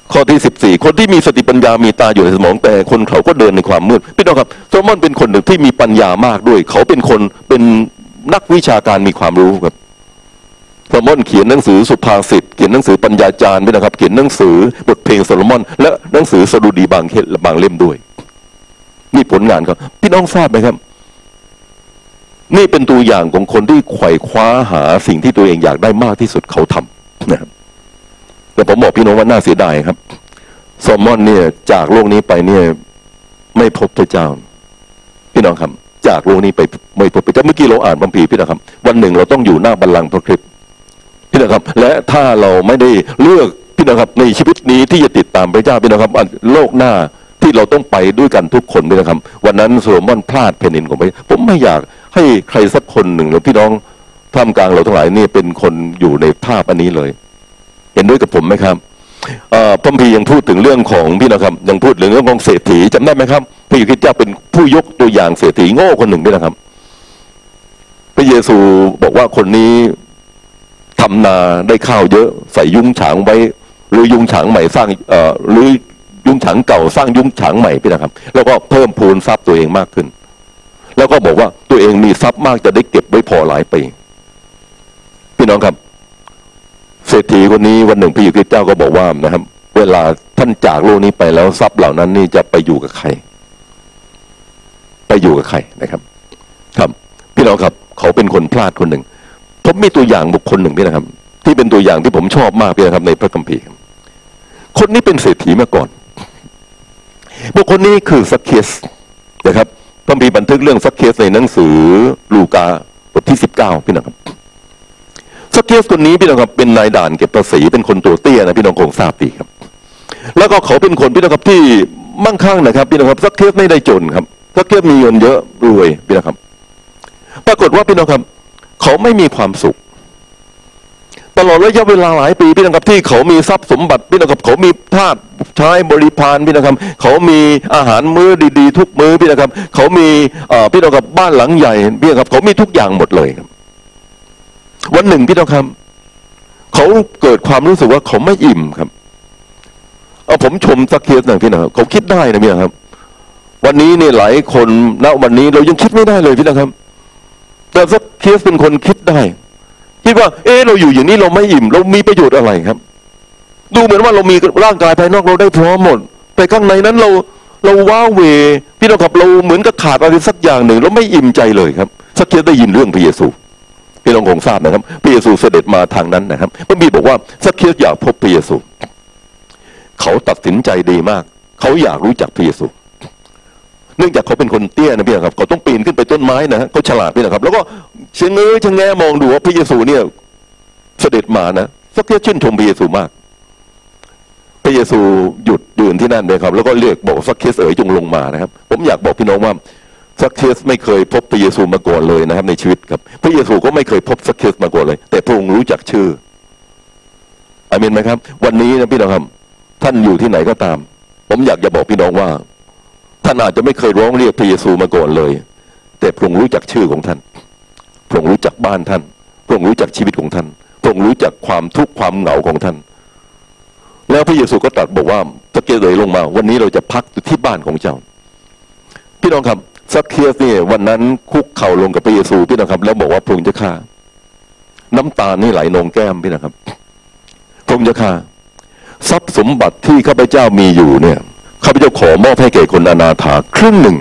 ข้อที่14คนที่มีสติปัญญามีตาอยู่ในสมองแต่คนเขาก็เดินในความมืดพี่น้องครับโซโลมอนเป็นคนหนึ่งที่มีปัญญามากด้วยเขาเป็นคนเป็นนักวิชาการมีความรู้ครับโซโลมอนเขียนหนังสือสุภาษิตเขียนหนังสือปัญญาจารย์พี่น้องครับเขียนหนังสือบทเพลงโซโลมอนและหนังสือสดุดีบางเล่มด้วยนี่ผลงานครับพี่น้องทราบไหมครับนี่เป็นตัวอย่างของคนที่ไขว่คว้าหาสิ่งที่ตัวเองอยากได้มากที่สุดเขาทำนะครับแต่ผมบอกพี่น้องว่าน่าเสียดายครับโซโลมอนเนี่ยจากโลกนี้ไปเนี่ยไม่พบพระเจ้าพี่น้องครับจากโลกนี้ไปไม่พบพระเจ้าเมื่อกี้เราอ่านคัมภีร์พี่น้องครับวันหนึ่งเราต้องอยู่หน้าบัลลังก์พระคริสต์พี่น้องครับและถ้าเราไม่ได้เลือกพี่น้องครับในชีวิตนี้ที่จะติดตามพระเจ้าพี่น้องครับโลกหน้าที่เราต้องไปด้วยกันทุกคนพี่น้องครับวันนั้นโซโลมอนพลาดแผ่นดินของพระเจ้าผมไม่อยากให้ใครสักคนหนึ่งหรือพี่น้องท่ามกลางเราทั้งหลายนี่เป็นคนอยู่ในภาพอันนี้เลยเห็นด้วยกับผมไหมครับพระคัมภีร์ยังพูดถึงเรื่องของพี่นะครับยังพูดถึงเรื่องของเศรษฐีจำได้ไหมครับพระเยซูคริสต์เจ้าเป็นผู้ยกตัวอย่างเศรษฐีโง่คนหนึ่งด้วยนะครับพระเยซูบอกว่าคนนี้ทำนาได้ข้าวเยอะใส่ยุ้งฉางไว้หรือยุ้งฉางใหม่สร้างหรือยุ้งฉางเก่าสร้างยุ้งฉางใหม่พี่นะครับแล้วก็เพิ่มพูนทรัพย์ตัวเองมากขึ้นแล้วก็บอกว่าตัวเองมีทรัพย์มากจะได้เก็บไว้พอหลายปีพี่น้องครับเศรษฐีคนนี้วันหนึ่งพระเยซูคริสต์เจ้าก็บอกว่านะครับเวลาท่านจากโลกนี้ไปแล้วทรัพย์เหล่านั้นนี่จะไปอยู่กับใครไปอยู่กับใครนะครับครับพี่น้องครับเขาเป็นคนพลาดคนหนึ่งผมมีตัวอย่างบุคคลหนึ่งพี่นะครับที่เป็นตัวอย่างที่ผมชอบมากพี่นะครับในพระคัมภีร์คนนี้เป็นเศรษฐีมาก่อนบุคคลนี้คือซักเคสนะครับพระคัมภีร์บันทึกเรื่องซักเคสในหนังสือลูกาบทที่19พี่น้องครับซักเคสคนนี้พี่น้องครับเป็นนายด่านเก็บภาษีเป็นคนตัวเตี้ยนะพี่น้องคงทราบดีครับแล้วก็เขาเป็นคนพี่น้องครับที่มั่งคั่งนะครับพี่น้องครับซักเคสไม่ได้จนครับซักเคสมีเงินเยอะรวยพี่น้องครับปรากฏว่าพี่น้องครับเขาไม่มีความสุขตลอดระยะเวลาหลายปีพี่น้องครับที่เขามีทรัพย์สมบัติพี่น้องครับเขามีทาสใช้บริพารพี่น้องครับเขามีอาหารมื้อดีๆทุกมื้อพี่น้องครับเขามีพี่น้องครับบ้านหลังใหญ่พี่น้องครับเขามีทุกอย่างหมดเลยครับวันหนึ่งพี่น้องครับเขาเกิดความรู้สึกว่าเขาไม่อิ่มครับผมชมซักเคสหนึ่งพี่น้องครับเขาคิดได้นะพี่น้องครับวันนี้เนี่ยหลายคนณวันนี้เรายังคิดไม่ได้เลยพี่น้องครับแต่ซักเคสเป็นคนคิดได้คิดว่าเราอยู่อย่างนี้เราไม่อิ่มเรามีประโยชน์อะไรครับดูเหมือนว่าเรามีร่างกายภายนอกเราได้พร้อมหมดแต่ข้างในนั้นเราว้าเหวพี่น้องครับเราเหมือนกับขาดอะไรสักอย่างหนึ่งเราไม่อิ่มใจเลยครับซักเคสได้ยินเรื่องพระเยซูพี่น้องคงทราบนะครับพระเยซูเสด็จมาทางนั้นนะครับพระบิดบอกว่าซักเคสอยากพบพระเยซูเขาตัดสินใจดีมากเขาอยากรู้จักพระเยซูเนื่องจากเขาเป็นคนเตี้ยนะพี่นะครับเขาต้องปีนขึ้นไปต้นไม้นะฮะเขาฉลาดพี่นะครับแล้วก็เชงแงมองดูว่าพระเยซูเนี่ยเสด็จมานะซักเคสชื่นชมพระเยซูมากพระเยซูหยุดยืนที่นั่นเลยครับแล้วก็เรียกบอกซักเคสจงลงมานะครับผมอยากบอกพี่น้องว่าซักเคสไม่เคยพบพระเยซูมาก่อนเลยนะครับในชีวิตครับพระเยซูก็ไม่เคยพบซักเคสมาก่อนเลยแต่พระองค์รู้จักชื่ออาเมนไหมครับวันนี้นะพี่น้องครับท่านอยู่ที่ไหนก็ตามผมอยากจะบอกพี่น้องว่าท่านอาจจะไม่เคยร้องเรียกพระเยซูมาก่อนเลยแต่พระองค์รู้จักชื่อของท่านพระองค์รู้จักบ้านท่านพระองค์รู้จักชีวิตของท่านพระองค์รู้จักความทุกข์ความเหงาของท่านแล้วพระเยซูก็ตรัสบอกว่าซักเคสลงมาวันนี้เราจะพักอยู่ที่บ้านของเจ้าพี่น้องครับซักเคสเนี่ยวันนั้นคุกเข่าลงกับพระเยซูพี่นะครับแล้วบอกว่าพระองค์จะฆ่าน้ำตานี่ไหลนองแก้มพี่นะครับพระองค์จะฆ่าทรัพย์สมบัติที่ข้าพเจ้ามีอยู่เนี่ยข้าพเจ้าขอมอบให้แก่คนอนาถาครึ่งหนึ่ง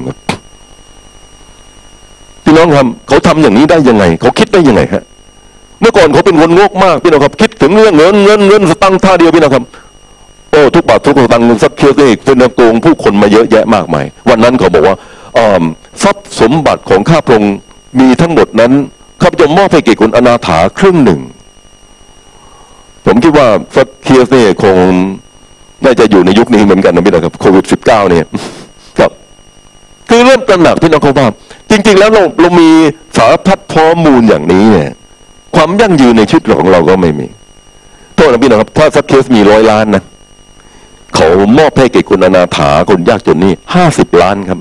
พี่น้องครับเขาทำอย่างนี้ได้ยังไงเขาคิดได้ยังไงฮะเมื่อก่อนเขาเป็นคนงกมากพี่น้องครับคิดถึงเรื่องเงินสตังค์ท่าเดียวพี่น้องครับทุกบาททุกสตังค์ซักเคสนี่เป็นโกงผู้คนมาเยอะแยะมากมายวันนั้นเขาบอกว่าทรัพย์สมบัติของข้าพระองค์มีทั้งหมดนั้นข้าพเจ้ามอบให้แก่คนอนาถาครึ่งหนึ่งผมคิดว่าซักเคสนี่คงน่าจะอยู่ในยุคนี้เหมือนกันนะพี่น้องครับโควิด-19เนี่ยครับคือเริ่มตระหนักพี่น้องเขาว่าจริงๆแล้วเรามีสารพัดข้อมูลอย่างนี้เนี่ยความยั่งยืนในชีวิตของเราก็ไม่มีโทษนะพี่น้องครับถ้าซักเคสมี100 ล้านนะเขามอบให้แก่คนอนาถาคนยากจนนี่50 ล้านครับ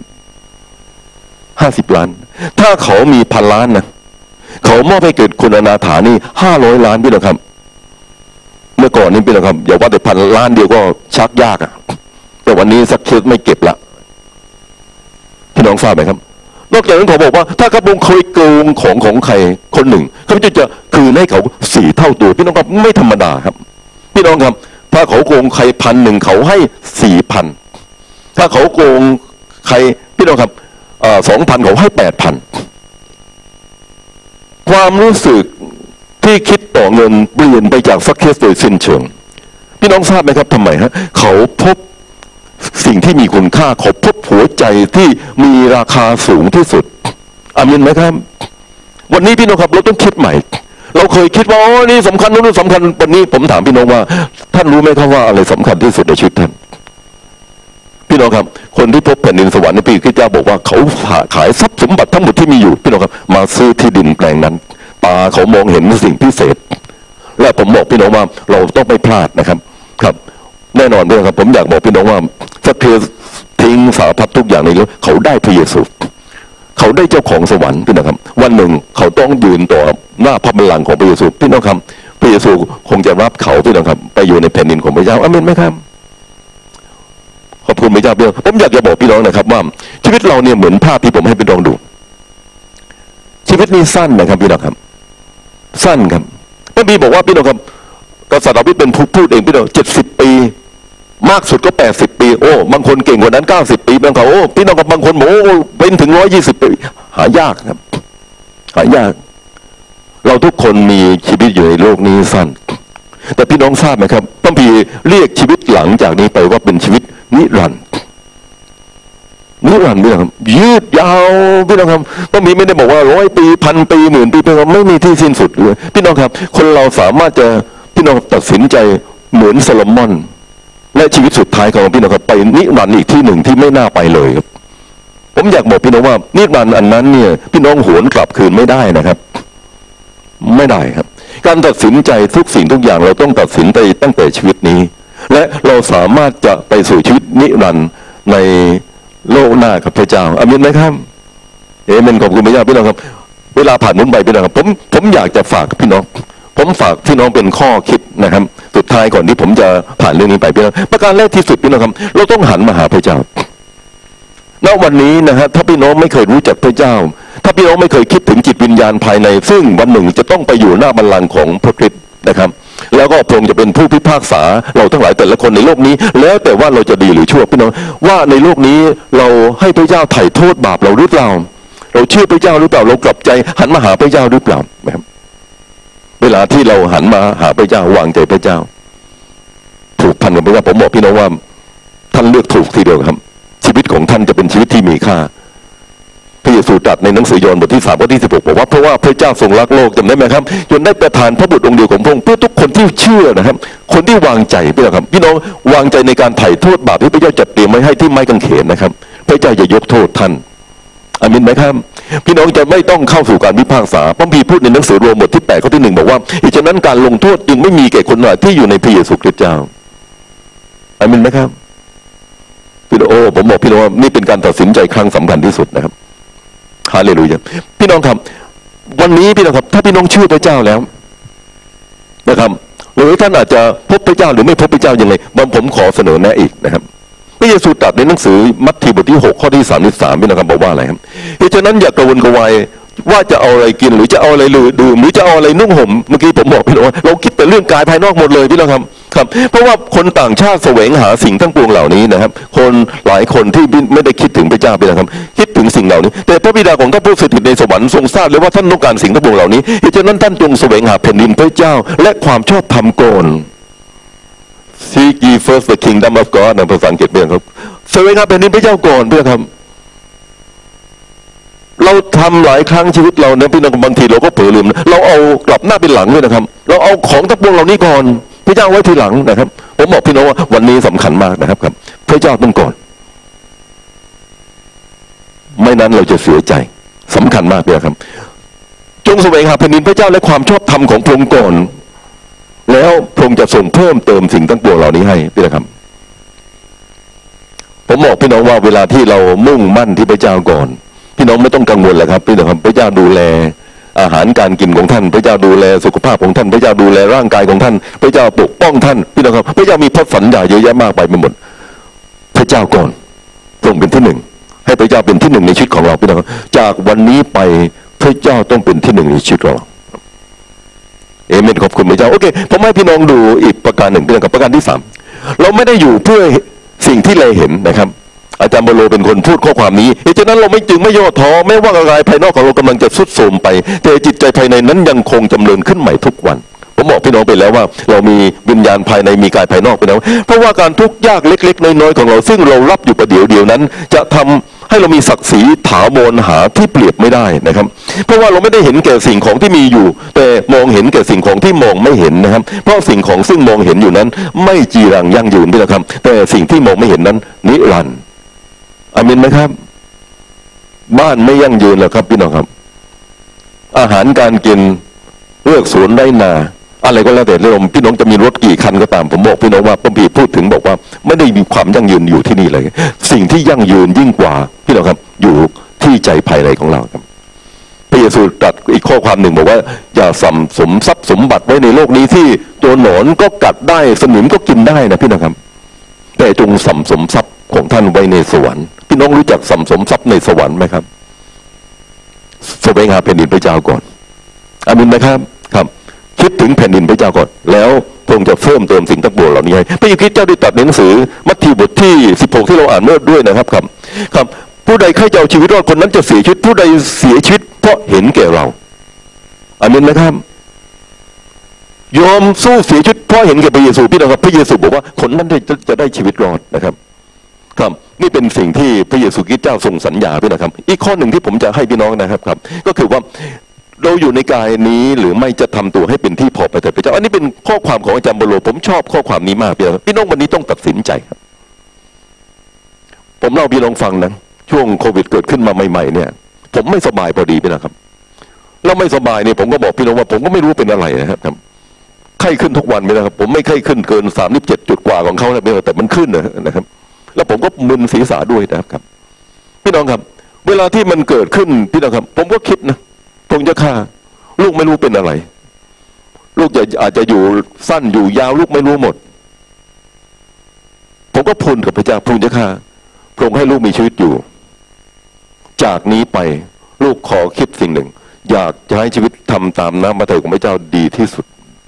50 ล้านถ้าเขามี1,000 ล้านนะเขามอบให้แก่คนอนาถานี่500 ล้านพี่น้องครับมื่อก่อนนี้พี่น้องครับอย่าว่าแต่1,000 ล้านเดียวก็ชักยากอะแต่วันนี้สักเคสไม่เก็บละพี่น้องทราบไหมครับนอกจากนั้นเขาบอกว่าถ้าข้าพงเคยโกงของใครคนหนึ่งข้าพเจ้าจะคืนให้เขา4 เท่าตัวพี่น้องครับไม่ธรรมดาครับพี่น้องครับถ้าเขาโกงใคร1,000เขาให้ 4,000ถ้าเขาโกงใครพี่น้องครับ2,000เขาให้ 8,000ความรู้สึกที่คิดต่อเงินเปลี่ยนไปจากสักเคสโดยสิ้นเชิงพี่น้องทราบไหมครับทำไมฮะเขาพบสิ่งที่มีคุณค่าเขาพบหัวใจที่มีราคาสูงที่สุดอามินไหมครับวันนี้พี่น้องครับเราต้องคิดใหม่เราเคยคิดว่านี่สำคัญนู่นสำคัญวันนี้ผมถามพี่น้องว่าท่านรู้ไหมครับว่าอะไรสำคัญที่สุดในชีวิตท่านพี่น้องครับคนที่พบแผ่นดินสวรรค์ในปีคริสต์เจ้าบอกว่าเขาขายทรัพย์สมบัติทั้งหมดที่มีอยู่พี่น้องครับมาซื้อที่ดินแปลงนั้นตาเขามองเห็นสิ่งพิเศษและผมบอกพี่น้องว่าเราต้องไม่พลาดนะครับครับแน่นอนด้วยครับผมอยากบอกพี่น้องว่าสักเพียงทิ้งสารพัดทุกอย่างในโลกเขาได้พระเยซูเขาได้เจ้าของสวรรค์พี่น้องครับวันหนึ่งเขาต้องยืนต่อหน้าพระบัลลังก์ของพระเยซูพี่น้องครับพระเยซูคงจะรับเขาพี่น้องครับไปอยู่ในแผ่นดินของพระเจ้าอาเมนไหมครับขอบคุณพระเจ้าพี่น้องผมอยากจะบอกพี่น้องนะครับว่าชีวิตเราเนี่ยเหมือนภาพที่ผมให้พี่น้องดูชีวิตนี้สั้นนะครับพี่น้องครับสั้นครับพระบีบอกว่าพี่น้องครับกษัตริย์ดาวิดเป็นผู้พูดเองพี่น้อง70 ปีมากสุดก็80 ปีโอ้บางคนเก่งกว่านั้น90 ปีบางคนโอ้พี่น้องกับบางคนโอ้เป็นถึง120 ปีหายากครับหายากเราทุกคนมีชีวิตอยู่ในโลกนี้สั้นแต่พี่น้องทราบไหมครับพระบีเรียกชีวิตหลังจากนี้ไปว่าเป็นชีวิตนิรันดร์พี่น้องครับยืดยาวพี่น้องครับพระบีไม่ได้บอกว่า100 ปี1,000 ปี10,000 ปีพี่น้องไม่มีที่สิ้นสุดเลยพี่น้องครับคนเราสามารถจะพี่น้องตัดสินใจเหมือนโซโลมอนและชีวิตสุดท้ายของพี่น้องครับไปนิรันดร์อีกที่หนึ่งที่ไม่น่าไปเลยครับผมอยากบอกพี่น้องว่านิรันดร์อันนั้นเนี่ยพี่น้องหวนกลับคืนไม่ได้นะครับไม่ได้ครับการตัดสินใจทุกสิ่งทุกอย่างเราต้องตัดสินใจตั้งแต่ชีวิตนี้และเราสามารถจะไปสู่ชีวิตนิรันดร์ในโลกหน้ากับพระเจ้าอาเมนไหมครับเอเมนขอบคุณพระเจ้าพี่น้องครับเวลาผ่านพ้นไปพี่น้องครับผมอยากจะฝากพี่น้องผมฝากพี่น้องเป็นข้อคิดนะครับสุดท้ายก่อนที่ผมจะผ่านเรื่องนี้ไปพี่น้องประการแรกที่สุดพี่น้องครับเราต้องหันมาหาพระเจ้าณวันนี้นะฮะถ้าพี่น้องไม่เคยรู้จักพระเจ้าถ้าพี่น้องไม่เคยคิดถึงจิตวิญญาณภายในซึ่งวันหนึ่งจะต้องไปอยู่หน้าบัลลังก์ของพระคริสต์นะครับแล้วก็พระองค์จะเป็นผู้พิพากษาเราทั้งหลายแต่ละคนในโลกนี้แล้วแต่ว่าเราจะดีหรือชั่วพี่น้องว่าในโลกนี้เราให้พระเจ้าไถ่โทษบาปเราหรือเปล่าเราเชื่อพระเจ้าหรือเปล่าเรากลับใจหันมาหาพระเจ้าหรือเปล่านะครับเวลาที่เราหันมาหาพระเจ้าวางใจพระเจ้าผูกพันกับพระเจ้าผมบอกพี่น้องว่าท่านเลือกถูกทีเดียวครับชีวิตของท่านจะเป็นชีวิตที่มีค่าพระเยซูตรัสในหนังสือยอห์นบทที่3 ข้อที่ 16บอกว่าเพราะว่าพระเจ้าทรงรักโลกจำได้ไหมครับจนได้ประทานพระบุตรองค์เดียวของพระองค์เพื่อทุกคนที่เชื่อนะครับคนที่วางใจพี่น้องครับพี่น้องวางใจในการไถ่โทษบาปที่พระเจ้าจัดเตรียมไว้ให้ที่ไม้กางเขนนะครับพระเจ้าจะยกโทษท่านอามินไหมครับพี่น้องจะไม่ต้องเข้าสู่การพิพากษาพระคัมภีร์พูดในหนังสือโรมบทที่8 ข้อที่ 1บอกว่าเหตุฉะนั้นการลงโทษจึงไม่มีแก่คนที่อยู่ในพระเยซูคริสต์เจ้าอามินไหมครับพี่น้องผมบอกพี่น้องว่านี่เป็นการตัดสินใจครั้งสำคัญที่สุดนะครับฮาเลลูยาพี่น้องครับวันนี้พี่น้องครับถ้าพี่น้องเชื่อพระเจ้าแล้วนะครับหรือท่านอาจจะพบพระเจ้าหรือไม่พบพระเจ้ายังไงผมขอเสนอแนะอีกนะครับพระเยซูตรัสในหนังสือมัทธิวบทที่6 ข้อที่ 33พี่น้องครับบอกว่าอะไรครับเหตุฉะนั้นอย่ากระวนกระวายว่าจะเอาอะไรกินหรือจะเอาอะไรดื่มหรือจะเอาอะไรนุ่งห่มเมื่อกี้ผมบอกพี่น้องว่าเราคิดแต่เรื่องกายภายนอกหมดเลยพี่น้องครับเพราะว่าคนต่างชาติแสวงหาสิ่งทั้งปวงเหล่านี้นะครับคนหลายคนที่ไม่ได้คิดถึงพระเจ้าพี่น้องครับคิดถึงสิ่งเหล่านี้แต่พระบิดาของท่านผู้สถิตในสวรรค์ทรงทราบเลยว่าท่านต้องการสิ่งทั้งปวงเหล่านี้เหตุฉะนั้นท่านจงแสวงหาแผ่นดินพระเจ้าและความชอบธรรมก่อน Seek ye first the kingdom of God ในภาษาอังกฤษพี่น้องครับแสวงหาแผ่นดินพระเจ้าก่อนพี่น้องครับเราทำหลายครั้งชีวิตเราเนี่ยพี่น้องบางทีเราก็เผลอลืมเราเอากลับหน้าเป็นหลังด้วยนะครับเราเอาของทั้งปวงเหล่านี้ก่อนพระเจ้าไว้ทีหลังนะครับผมบอกพี่น้องว่าวันนี้สำคัญมากนะครับพระเจ้าต้องก่อนไม่นั้นเราจะเสียใจสำคัญมากเลยครับจงแสวงหาแผ่นดินพระเจ้าและความชอบธรรมของพระองค์ก่อนแล้วพระองค์จะทรงเพิ่มเติมสิ่งทั้งปวงเหล่านี้ให้พี่นะครับผมบอกพี่น้องว่าเวลาที่เรามุ่งมั่นที่พระเจ้าก่อนพี่น้องไม่ต้องกังวลเลยครับพี่น้องครับพระเจ้าดูแลอาหารการกินของท่านพระเจ้าดูแลสุขภาพของท่านพระเจ้าดูแลร่างกายของท่านพระเจ้าปกป้องท่านพี่น้องครับพระเจ้ามีพระสัญญาเยอะแยะมากไปหมดพระเจ้าก่อนทรงเป็นที่หนึ่งให้พระเจ้าเป็นที่หนึ่งในชีวิตของเราพี่น้องจากวันนี้ไปพระเจ้าต้องเป็นที่หนึ่งในชีวิตเราเอเมนขอบคุณพระเจ้าโอเคผมให้พี่น้องดูอีกประการหนึ่งพี่น้องครับประการที่ 3เราไม่ได้อยู่เพื่อสิ่งที่เราเห็นนะครับอาจารย์บโลเป็นคนพูดข้อความนี้ฉะนั้นเราไม่ย่อท้อไม่ว่าอะไรภายนอกของเรากำลังจะทรุดโทรมไปแต่จิตใจภายในนั้นยังคงจำเริญขึ้นใหม่ทุกวันผมบอกพี่น้องไปแล้วว่าเรามีวิญญาณภายในมีกายภายนอกไปแล้วเพราะว่าการทุกข์ยากเล็กๆน้อยๆของเราซึ่งเรารับอยู่ประเดี๋ยวเดียวนั้นจะทำให้เรามีศักดิ์ศรีถาวรหาที่เปรียบไม่ได้นะครับเพราะว่าเราไม่ได้เห็นแก่สิ่งของที่มีอยู่แต่มองเห็นแก่สิ่งของที่มองไม่เห็นนะครับเพราะสิ่งของซึ่งมองเห็นอยู่นั้นไม่จีรังยั่งยืนพี่น้องครับแต่สิ่งที่มองไม่เห็นนั้นนิรันดร์อามินไหมครับบ้านไม่ยั่งยืนหรอกครับพี่น้องครับอาหารการกินเลือกสวนไร่นาอะไรก็แล้วแต่เรื่องพี่น้องจะมีรถกี่คันก็ตามผมบอกพี่น้องว่าพระบิดาพูดถึงบอกว่าไม่ได้มีความยั่งยืนอยู่ที่นี่เลยสิ่งที่ยั่งยืนยิ่งกว่าพี่น้องครับอยู่ที่ใจภายในของเราครับพระเยซูตรัสอีกข้อความหนึ่งบอกว่าอย่าสมทรัพย์สมบัติไว้ในโลกนี้ที่ตัวหนอนก็กัดได้สนิมก็กินได้นะพี่น้องครับแต่จงสมทรัพย์ของท่านไว้ในสวรรค์พี่น้องรู้จักสมทรัพย์ในสวรรค์ไหมครับแสวงหาแผ่นดินพระเจ้าก่อนอามินไหมครับครับคิดถึงแผ่นดินพระเจ้าก่อนแล้วพระองค์จะเพิ่มเติมสิ่งทั้งปวงเหล่านี้ให้พระเยซูคริสต์เจ้าได้ตรัสในหนังสือมัทธิวบทที่16ที่เราอ่านเมื่อด้วยนะครับครับผู้ใดใครจะเอาชีวิตรอดคนนั้นจะเสียชีวิตผู้ใดเสียชีวิตเพราะเห็นแก่เราอามินไหมครับยอมสู้เสียชีวิตเพราะเห็นแก่พระเยซูพี่น้องครับพระเยซูบอกว่าคนนั้นจะได้ชีวิตรอดนะครับครับนี่เป็นสิ่งที่พระเยซูคริสต์เจ้าทรงสัญญาพี่นะครับอีกข้อหนึ่งที่ผมจะให้พี่น้องนะครับก็คือว่าเราอยู่ในกายนี้หรือไม่จะทำตัวให้เป็นที่พอพระทัยพระเจ้าอันนี้เป็นข้อความของอาจารย์บโลผมชอบข้อความนี้มากพี่น้องวันนี้ต้องตัดสินใจครับผมเล่าพี่น้องฟังนะช่วงโควิดเกิดขึ้นมาใหม่ๆเนี่ยผมไม่สบายพอดีพี่นะครับแล้วไม่สบายเนี่ยผมก็บอกพี่น้องว่าผมก็ไม่รู้เป็นอะไรนะครับไข้ขึ้นทุกวันไหมนะครับผมไม่ไข้ขึ้นเกิน37จุดกว่าของเขาแต่มันขึ้นนะครับแล้วผมก็มึนศีรษะด้วยนะครับพี่น้องครับเวลาที่มันเกิดขึ้นพี่น้องครับผมก็คิดนะผมจะฆ่าลูกไม่รู้เป็นอะไรลูกอาจจะอยู่สั้นอยู่ยาวลูกไม่รู้หมดผมก็พูดกับพระเจ้าพูดจะฆ่าพระองค์ให้ลูกมีชีวิตอยู่จากนี้ไปลูกขอคิดสิ่งหนึ่งอยากจะให้ชีวิตทำตามน้ำพระทัยของพระเจ้าดีที่สุด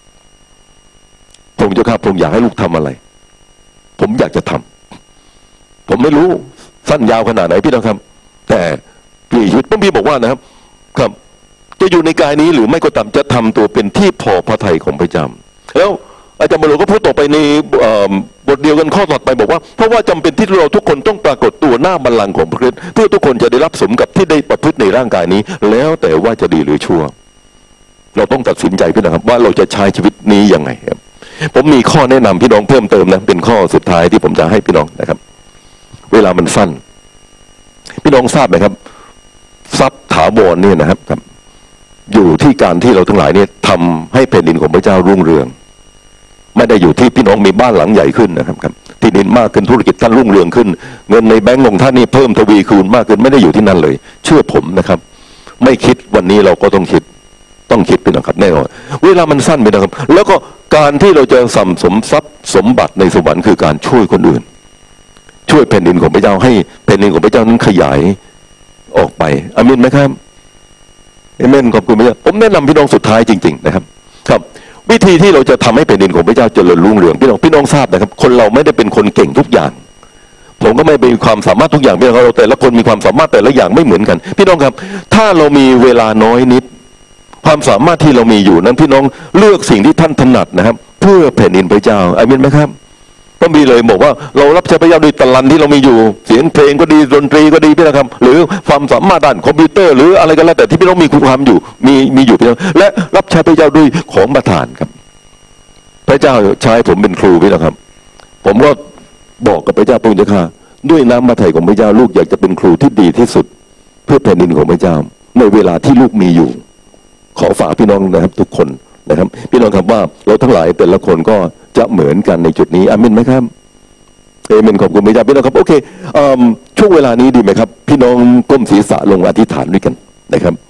ผมจะฆ่าผมอยากให้ลูกทำอะไรผมอยากจะทำผมไม่รู้สั้นยาวขนาดไหนพี่น้องครับแต่ชีวิตพระบิดาบอกว่านะครับจะอยู่ในกายนี้หรือไม่ก็ตามจะทำตัวเป็นที่พอพระทัยของพระเจ้าแล้วอาจารย์บโลก็พูดต่อไปในบทเดียวกันข้อต่อไปบอกว่าเพราะว่าจำเป็นที่เราทุกคนต้องปรากฏตัวหน้าบัลลังก์ของพระคริสต์เพื่อทุกคนจะได้รับสมกับที่ได้ประพฤติในร่างกายนี้แล้วแต่ว่าจะดีหรือชั่วเราต้องตัดสินใจพี่นะครับว่าเราจะใช้ชีวิตนี้ยังไงครับผมมีข้อแนะนำพี่น้องเพิ่มเติมนะเป็นข้อสุดท้ายที่ผมจะให้พี่น้องนะครับเวลามันสั้นพี่น้องทราบไหมครับทรัพย์ถาวรเนี่ยนะครับอยู่ที่การที่เราทั้งหลายเนี่ยทำให้แผ่นดินของพระเจ้ารุ่งเรืองไม่ได้อยู่ที่พี่น้องมีบ้านหลังใหญ่ขึ้นนะครับที่ดินมากขึ้นธุรกิจท่านรุ่งเรืองขึ้นเงินในแบงก์ของท่านนี่เพิ่มทวีคูณมากขึ้นไม่ได้อยู่ที่นั่นเลยเชื่อผมนะครับไม่คิดวันนี้เราก็ต้องคิดพี่น้องครับแน่นอนเวลามันสั้นไปนะครับแล้วก็การที่เราจะสมทรัพย์สมบัติในสวรรค์คือการช่วยคนอื่นช่วยแผ่นดินของพระเจ้าให้แผ่นดินของพระเจ้านั้นขยายออกไปอามินไหมครับเอเมนขอบคุณพระเจ้าผมแนะนำพี่น้องสุดท้ายจริงๆนะครับวิธีที่เราจะทำให้แผ่นดินของพระเจ้าเจริญรุ่งเรืองพี่น้องทราบนะครับคนเราไม่ได้เป็นคนเก่งทุกอย่างผมก็ไม่มีความสามารถทุกอย่างพี่น้องเราแต่ละคนมีความสามารถแต่ละอย่างไม่เหมือนกันพี่น้องครับถ้าเรามีเวลาน้อยนิดความสามารถที่เรามีอยู่นั้นพี่น้องเลือกสิ่งที่ท่านถนัดนะครับเพื่อแผ่นดินพระเจ้าอามินไหมครับก็มีเลยบอกว่าเรารับใช้พระเจ้าด้วยตะลันที่เรามีอยู่เสียงเพลงก็ดีดนตรีก็ดีพี่นะครับหรือความสามารถด้านคอมพิวเตอร์หรืออะไรก็แล้วแต่ที่พี่น้องมีความอยู่มีอยู่พี่น้องและรับใช้พระเจ้าด้วยของประทานครับพระเจ้าใช้ผมเป็นครูพี่นะครับผมก็บอกกับพระเจ้าพระองค์เจ้าข้าด้วยน้ำพระทัยของพระเจ้าลูกอยากจะเป็นครูที่ดีที่สุดเพื่อแผ่นดินของพระเจ้าในเวลาที่ลูกมีอยู่ขอฝากพี่น้องนะครับทุกคนนะครับพี่น้องครับว่าเราทั้งหลายแต่ละคนก็จะเหมือนกันในจุดนี้อามินไหมครับเอเมนขอบคุณพระเจ้าพี่น้องครับโอเคช่วงเวลานี้ดีไหมครับพี่น้องก้มศีรษะลงอธิษฐานด้วยกันนะครับ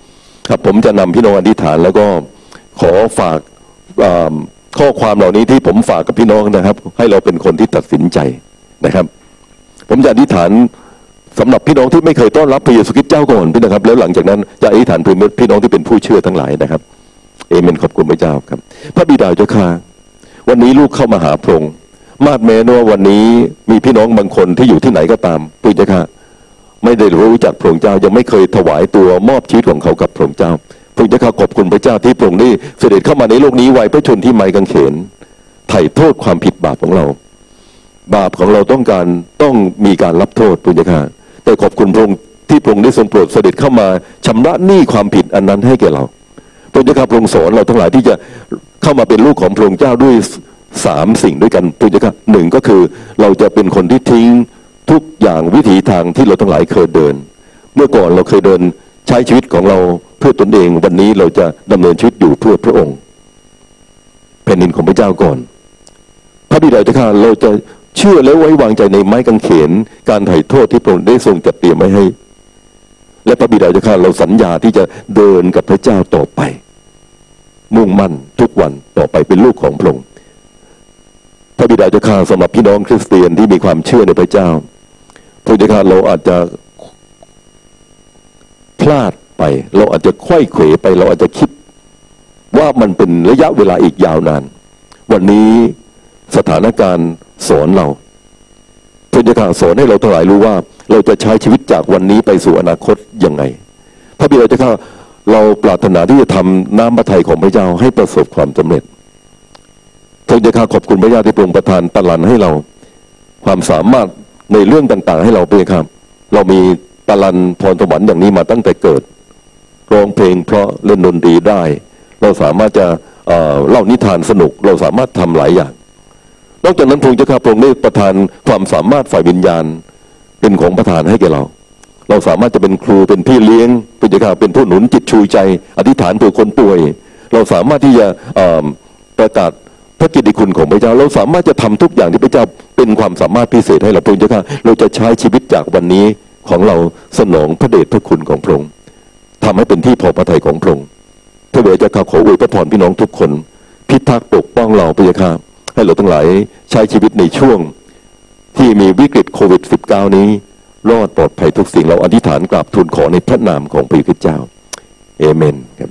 ครับผมจะนำพี่น้องอธิษฐานแล้วก็ขอฝากข้อความเหล่านี้ที่ผมฝากกับพี่น้องนะครับ ให้เราเป็นคนที่ตัดสินใจนะครับ ผมจะอธิษฐานสำหรับพี่น้องที่ไม่เคยต้อนรับพระเยซูคริสต์เจ้าก่อนพี่นะครับแล้วหลังจากนั้นจะอธิษฐานเพื่อพี่น้องที่เป็นผู้เชื่อทั้งหลายนะครับเอเมนขอบคุณพระเจ้าครับพระบิดาเจ้าข้าวันนี้ลูกเข้ามาหาพระองค์มาดแม้ว่าวันนี้มีพี่น้องบางคนที่อยู่ที่ไหนก็ตามพระเจ้าข้าไม่ได้รู้จักพระองค์เจ้ายังไม่เคยถวายตัวมอบชีวิตของเขากับพระองค์เจ้าพระเจ้าข้าขอบคุณพระเจ้าที่พระองค์ได้เสด็จเข้ามาในโลกนี้ไว้พระชนที่ไม้กางเขนไถ่โทษความผิดบาปของเราบาปของเราต้องมีการรับโทษพระเจ้าข้าแต่ขอบคุณพระองค์ที่พระองค์ได้ทรงโปรดเสด็จเข้ามาชำระหนี้ความผิดอันนั้นให้แก่เราพระเจ้าข้าพระองค์สอนเราทั้งหลายที่จะเข้ามาเป็นลูกของพระองค์เจ้าด้วย3 สิ่งด้วยกันพระเจ้าข้า1ก็คือเราจะเป็นคนที่ทิ้งทุกอย่างวิถีทางที่เราทั้งหลายเคยเดินเมื่อก่อนเราเคยเดินใช้ชีวิตของเราเพื่อตนเองวันนี้เราจะดำเนินชีวิตอยู่เพื่อพระองค์แผ่นดินของพระเจ้าก่อนพระบิดาเจ้าข้าเราจะเชื่อและไว้วางใจในไม้กางเขนการไถ่โทษที่พระองค์ได้ทรงจัดเตรียมไว้ให้และพระบิดาเจ้าข้าเราสัญญาที่จะเดินกับพระเจ้าต่อไปมุ่งมั่นทุกวันต่อไปเป็นลูกของพระองค์พระบิดาเจ้าข้าสำหรับพี่น้องคริสเตียนที่มีความเชื่อในพระเจ้าพระเจ้าข้าเราอาจจะพลาดไปเราอาจจะไขว้เขวไปเราอาจจะคิดว่ามันเป็นระยะเวลาอีกยาวนานวันนี้สถานการณ์สอนเราพระเจ้าข้าสอนให้เราทั้งหลายรู้ว่าเราจะใช้ชีวิตจากวันนี้ไปสู่อนาคตยังไงพระบิดาเจ้าข้าเราปรารถนาที่จะทำน้ำพระทัยของพระเจ้าให้ประสบความสำเร็จพระเจ้าข้าขอบคุณพระเจ้าที่ทรงประทานตะลันให้เราความสามารถในเรื่องต่างๆให้เราเป็นครับเรามีตะลันพรสวรรค์อย่างนี้มาตั้งแต่เกิดร้องเพลงเพราะเล่นดนตรีได้เราสามารถจะเล่านิทานสนุกเราสามารถทำหลายอย่างนอกจากนั้นพระเจ้าข้าพระองค์ได้ประทานความสามารถฝ่ายวิญญาณเป็นของประทานให้แก่เราเราสามารถจะเป็นครูเป็นพี่เลี้ยงพระเจ้าข้าเป็นผู้หนุนจิตชูใจอธิษฐานเพื่อคนป่วยเราสามารถที่จะประกาศพระกิตติคุณของพระเจ้าเราสามารถจะทำทุกอย่างที่พระเจ้าเป็นความสามารถพิเศษให้เราพระเจ้าข้าเราจะใช้ชีวิตจากวันนี้ของเราสนองพระเดชพระคุณของพระองค์ทำให้เป็นที่พอพระทัยของพระองค์พระเจ้าข้าขออวยพระพรพี่น้องทุกคนพิทักษ์ปกป้องเราพระเจ้าข้าให้เราทั้งหลายใช้ชีวิตในช่วงที่มีวิกฤตโควิด -19 นี้รอดปลอดภัยทุกสิ่งเราอธิษฐานกราบทูลขอในพระนามของพระคริสต์เจ้าเอเมนครับ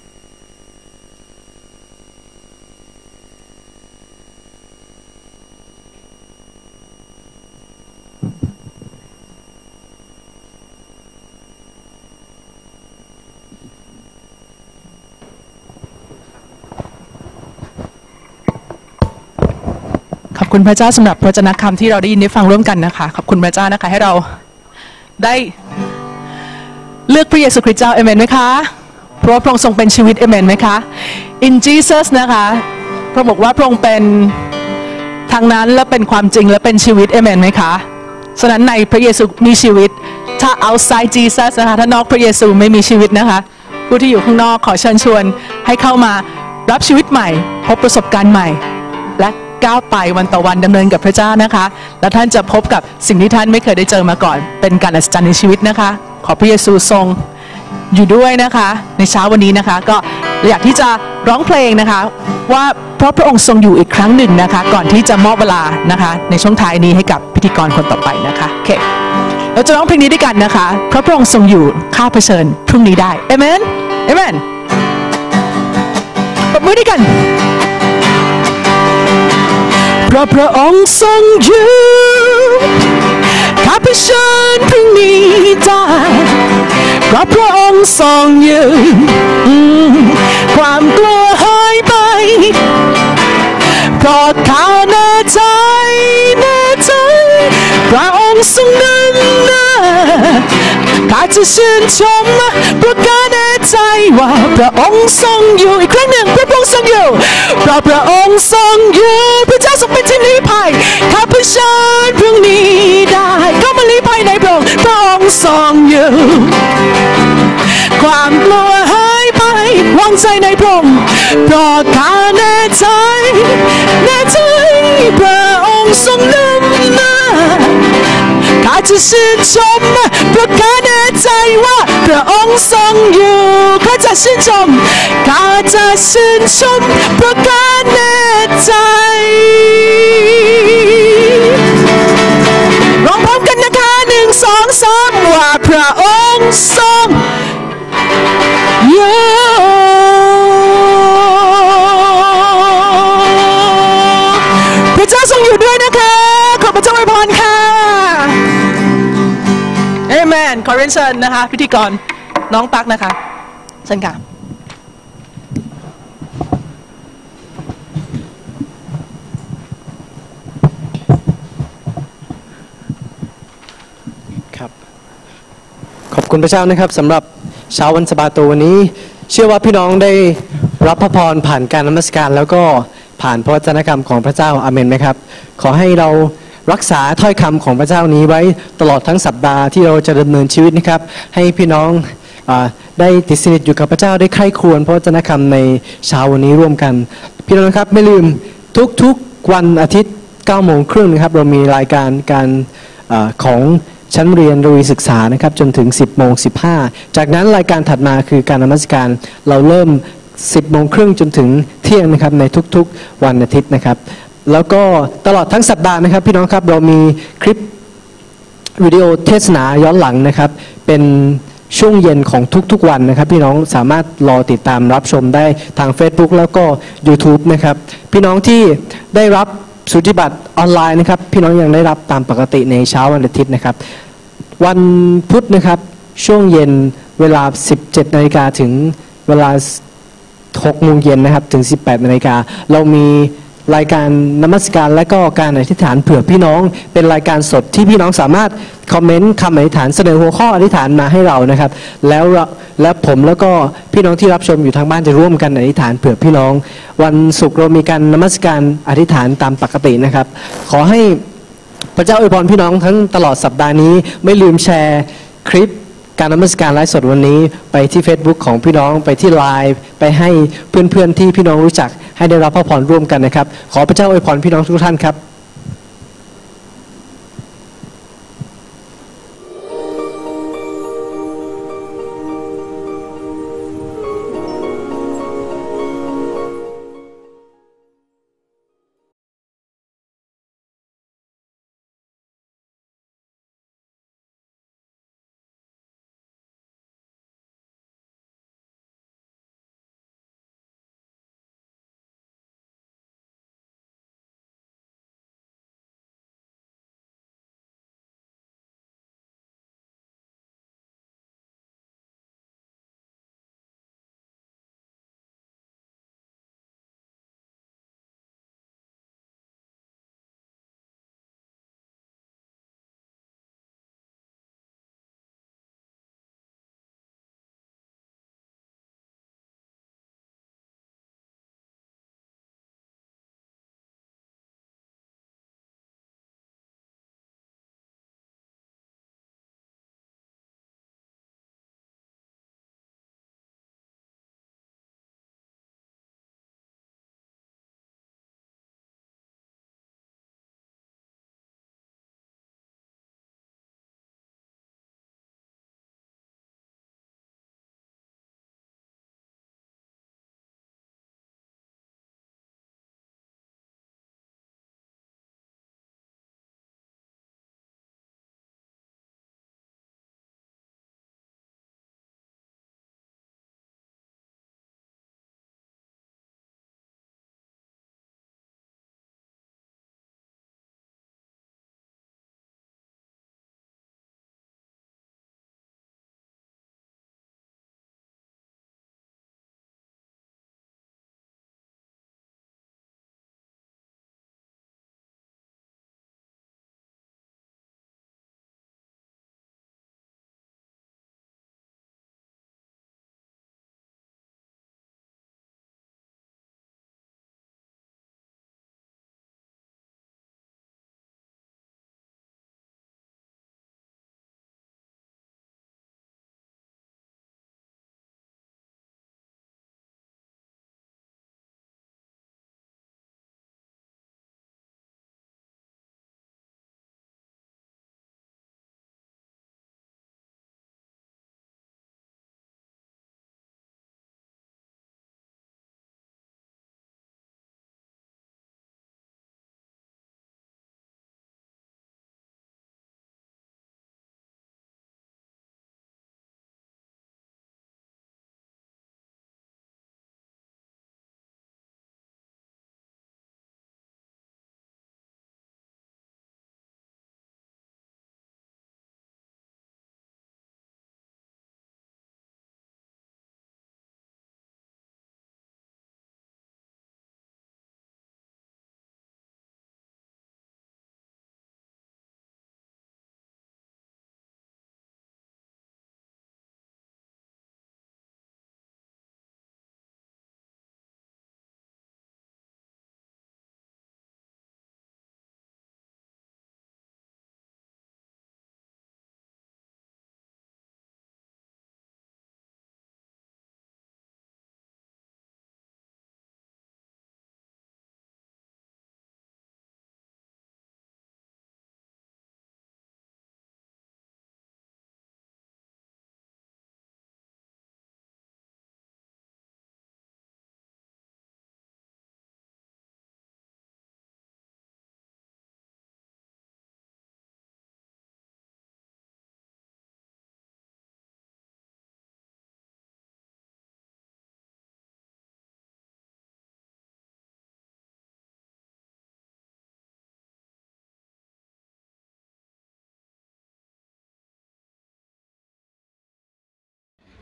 ขอบคุณพระเจ้าสำหรับพระวจนะคำที่เราได้ยินได้ฟังร่วมกันนะคะขอบคุณพระเจ้านะคะให้เราได้เลือกพระเยซูคริสต์เจ้าเอเมนไหมคะเพราะว่าพระองค์ทรงเป็นชีวิตเอเมนไหมคะ In Jesus นะคะพระองค์บอกว่าพระองค์เป็นทางนั้นและเป็นความจริงและเป็นชีวิตเอเมนไหมคะฉะนั้นในพระเยซูมีชีวิตถ้า outside Jesus นะคะถ้านอกพระเยซูไม่มีชีวิตนะคะผู้ที่อยู่ข้างนอกขอเชิญชวนให้เข้ามารับชีวิตใหม่พบประสบการณ์ใหม่และก้าวไปวันต่อวันดำเนินกับพระเจ้านะคะและท่านจะพบกับสิ่งที่ท่านไม่เคยได้เจอมาก่อนเป็นการอัศจรรย์ในชีวิตนะคะขอพระเยซูทรงอยู่ด้วยนะคะในเช้าวันนี้นะคะก็อยากที่จะร้องเพลงนะคะว่าเพราะพระองค์ทรงอยู่อีกครั้งหนึ่งนะคะก่อนที่จะมอบเวลานะคะในช่วงท้ายนี้ให้กับพิธีกรคนต่อไปนะคะโอเคเราจะร้องเพลงนี้ด้วยกันนะคะเพราะพระองค์ทรงอยู่ข้าเผชิญพรุ่งนี้ได้เอเมนเอเมนปรบมือด้วยกันเพราะพระองค์ทรงอยู่ข้าเผชิญพรุ่งนี้ได้เพราะพระองค์ทรงอยู่ความกลัวหายไปเพราะข้าแน่ใจพระองค์ทรงนำหน้าข้าจะชื่นชมเพราะข้าแน่ใจว่าพระองค์ทรงอยู่อีกครั้งหนึ่งพระองค์ทรงอยู่เพราะพระองค์ทรงอยู่พระเจ้าทรงเป็นที่ลี้ภัยข้าเผชิญพรุ่งนี้ได้เข้ามาลี้ภัยในพระองค์ทรงอยู่ความกลัวหายไปวางใจในพระองค์เพราะข้าแน่ใจพระองค์ทรงนำหน้าข้าจะชื่นชมเพราะข้าแน่ใจว่าพระองค์ทรงอยู่ข้าจะชื่นชมข้าจะชื่นชมเพราะข้าแน่ใจร้องพร้อมกันนะคะ1 2 3ว่าพระองค์ทรงอยู่พระเจ้าทรงอยู่ด้วยนะคะขอพระเจ้าอวยพรค่ะเอเมนขอเรียนเชิญนะคะพิธีกรน้องตั๊กนะคะเชิญค่ะครับขอบคุณพระเจ้านะครับสำหรับเช้าวันสะบาโตวันนี้เชื่อว่าพี่น้องได้รับพระพรผ่านการนมัสการแล้วก็ผ่านพระวจนะกรรมของพระเจ้าอาเมนไหมครับขอให้เรารักษาถ้อยคำของพระเจ้านี้ไว้ตลอดทั้งสัปดาห์ที่เราจะดำเนินชีวิตนะครับให้พี่น้องได้ติดสนิทอยู่กับพระเจ้าได้ใคร่ครวญพระวจนะกรรมในเช้าวันนี้ร่วมกันพี่น้องครับไม่ลืมทุกๆวันอาทิตย์ 9:30 นะครับเรามีรายการการของชั้นเรียนระวีศึกษานะครับจนถึง 10:15 จากนั้นรายการถัดมาคือการนมัสการเราเริ่ม 10:30 จนถึงเที่ยงนะครับในทุกๆวันอาทิตย์นะครับแล้วก็ตลอดทั้งสัปดาห์นะครับพี่น้องครับเรามีคลิปวิดีโอเทศนาย้อนหลังนะครับเป็นช่วงเย็นของทุกๆวันนะครับพี่น้องสามารถรอติดตามรับชมได้ทาง Facebook แล้วก็ YouTube นะครับพี่น้องที่ได้รับสุติบัติออนไลน์นะครับพี่น้องยังได้รับตามปกติในเช้าวันอาทิตย์นะครับวันพุธนะครับช่วงเย็นเวลา 17 นาฬิกาถึงเวลา 6 โมงเย็นนะครับถึง 18 นาฬิกาเรามีรายการนมัสการและก็การอธิษฐานเผื่อพี่น้องเป็นรายการสดที่พี่น้องสามารถคอมเมนต์คำอธิษฐานเสนอหัวข้ออธิษฐานมาให้เรานะครับแล้วผมแล้วก็พี่น้องที่รับชมอยู่ทางบ้านจะร่วมกันอธิษฐานเผื่อพี่น้องวันศุกร์เรามีการนมัสการอธิษฐานตามปกตินะครับขอให้พระเจ้าอวยพรพี่น้องทั้งตลอดสัปดาห์นี้ไม่ลืมแชร์คลิปการนมัสการไลฟ์สดวันนี้ไปที่ Facebook ของพี่น้องไปที่ LINE ไปให้เพื่อนๆที่พี่น้องรู้จักให้ได้รับพระพรร่วมกันนะครับขอพระเจ้าอวยพรพี่น้องทุกท่านครับ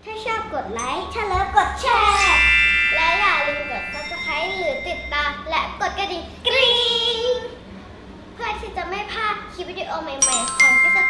ถ้าชอบกดไลค์ถ้าเลิฟกดแชร์และอย่าลืมกด Subscribe หรือติดตามและกดกระดิ่งกริ๊งเพื่อที่จะไม่พลาดคลิปวิดีโอใหม่ๆของพี่ส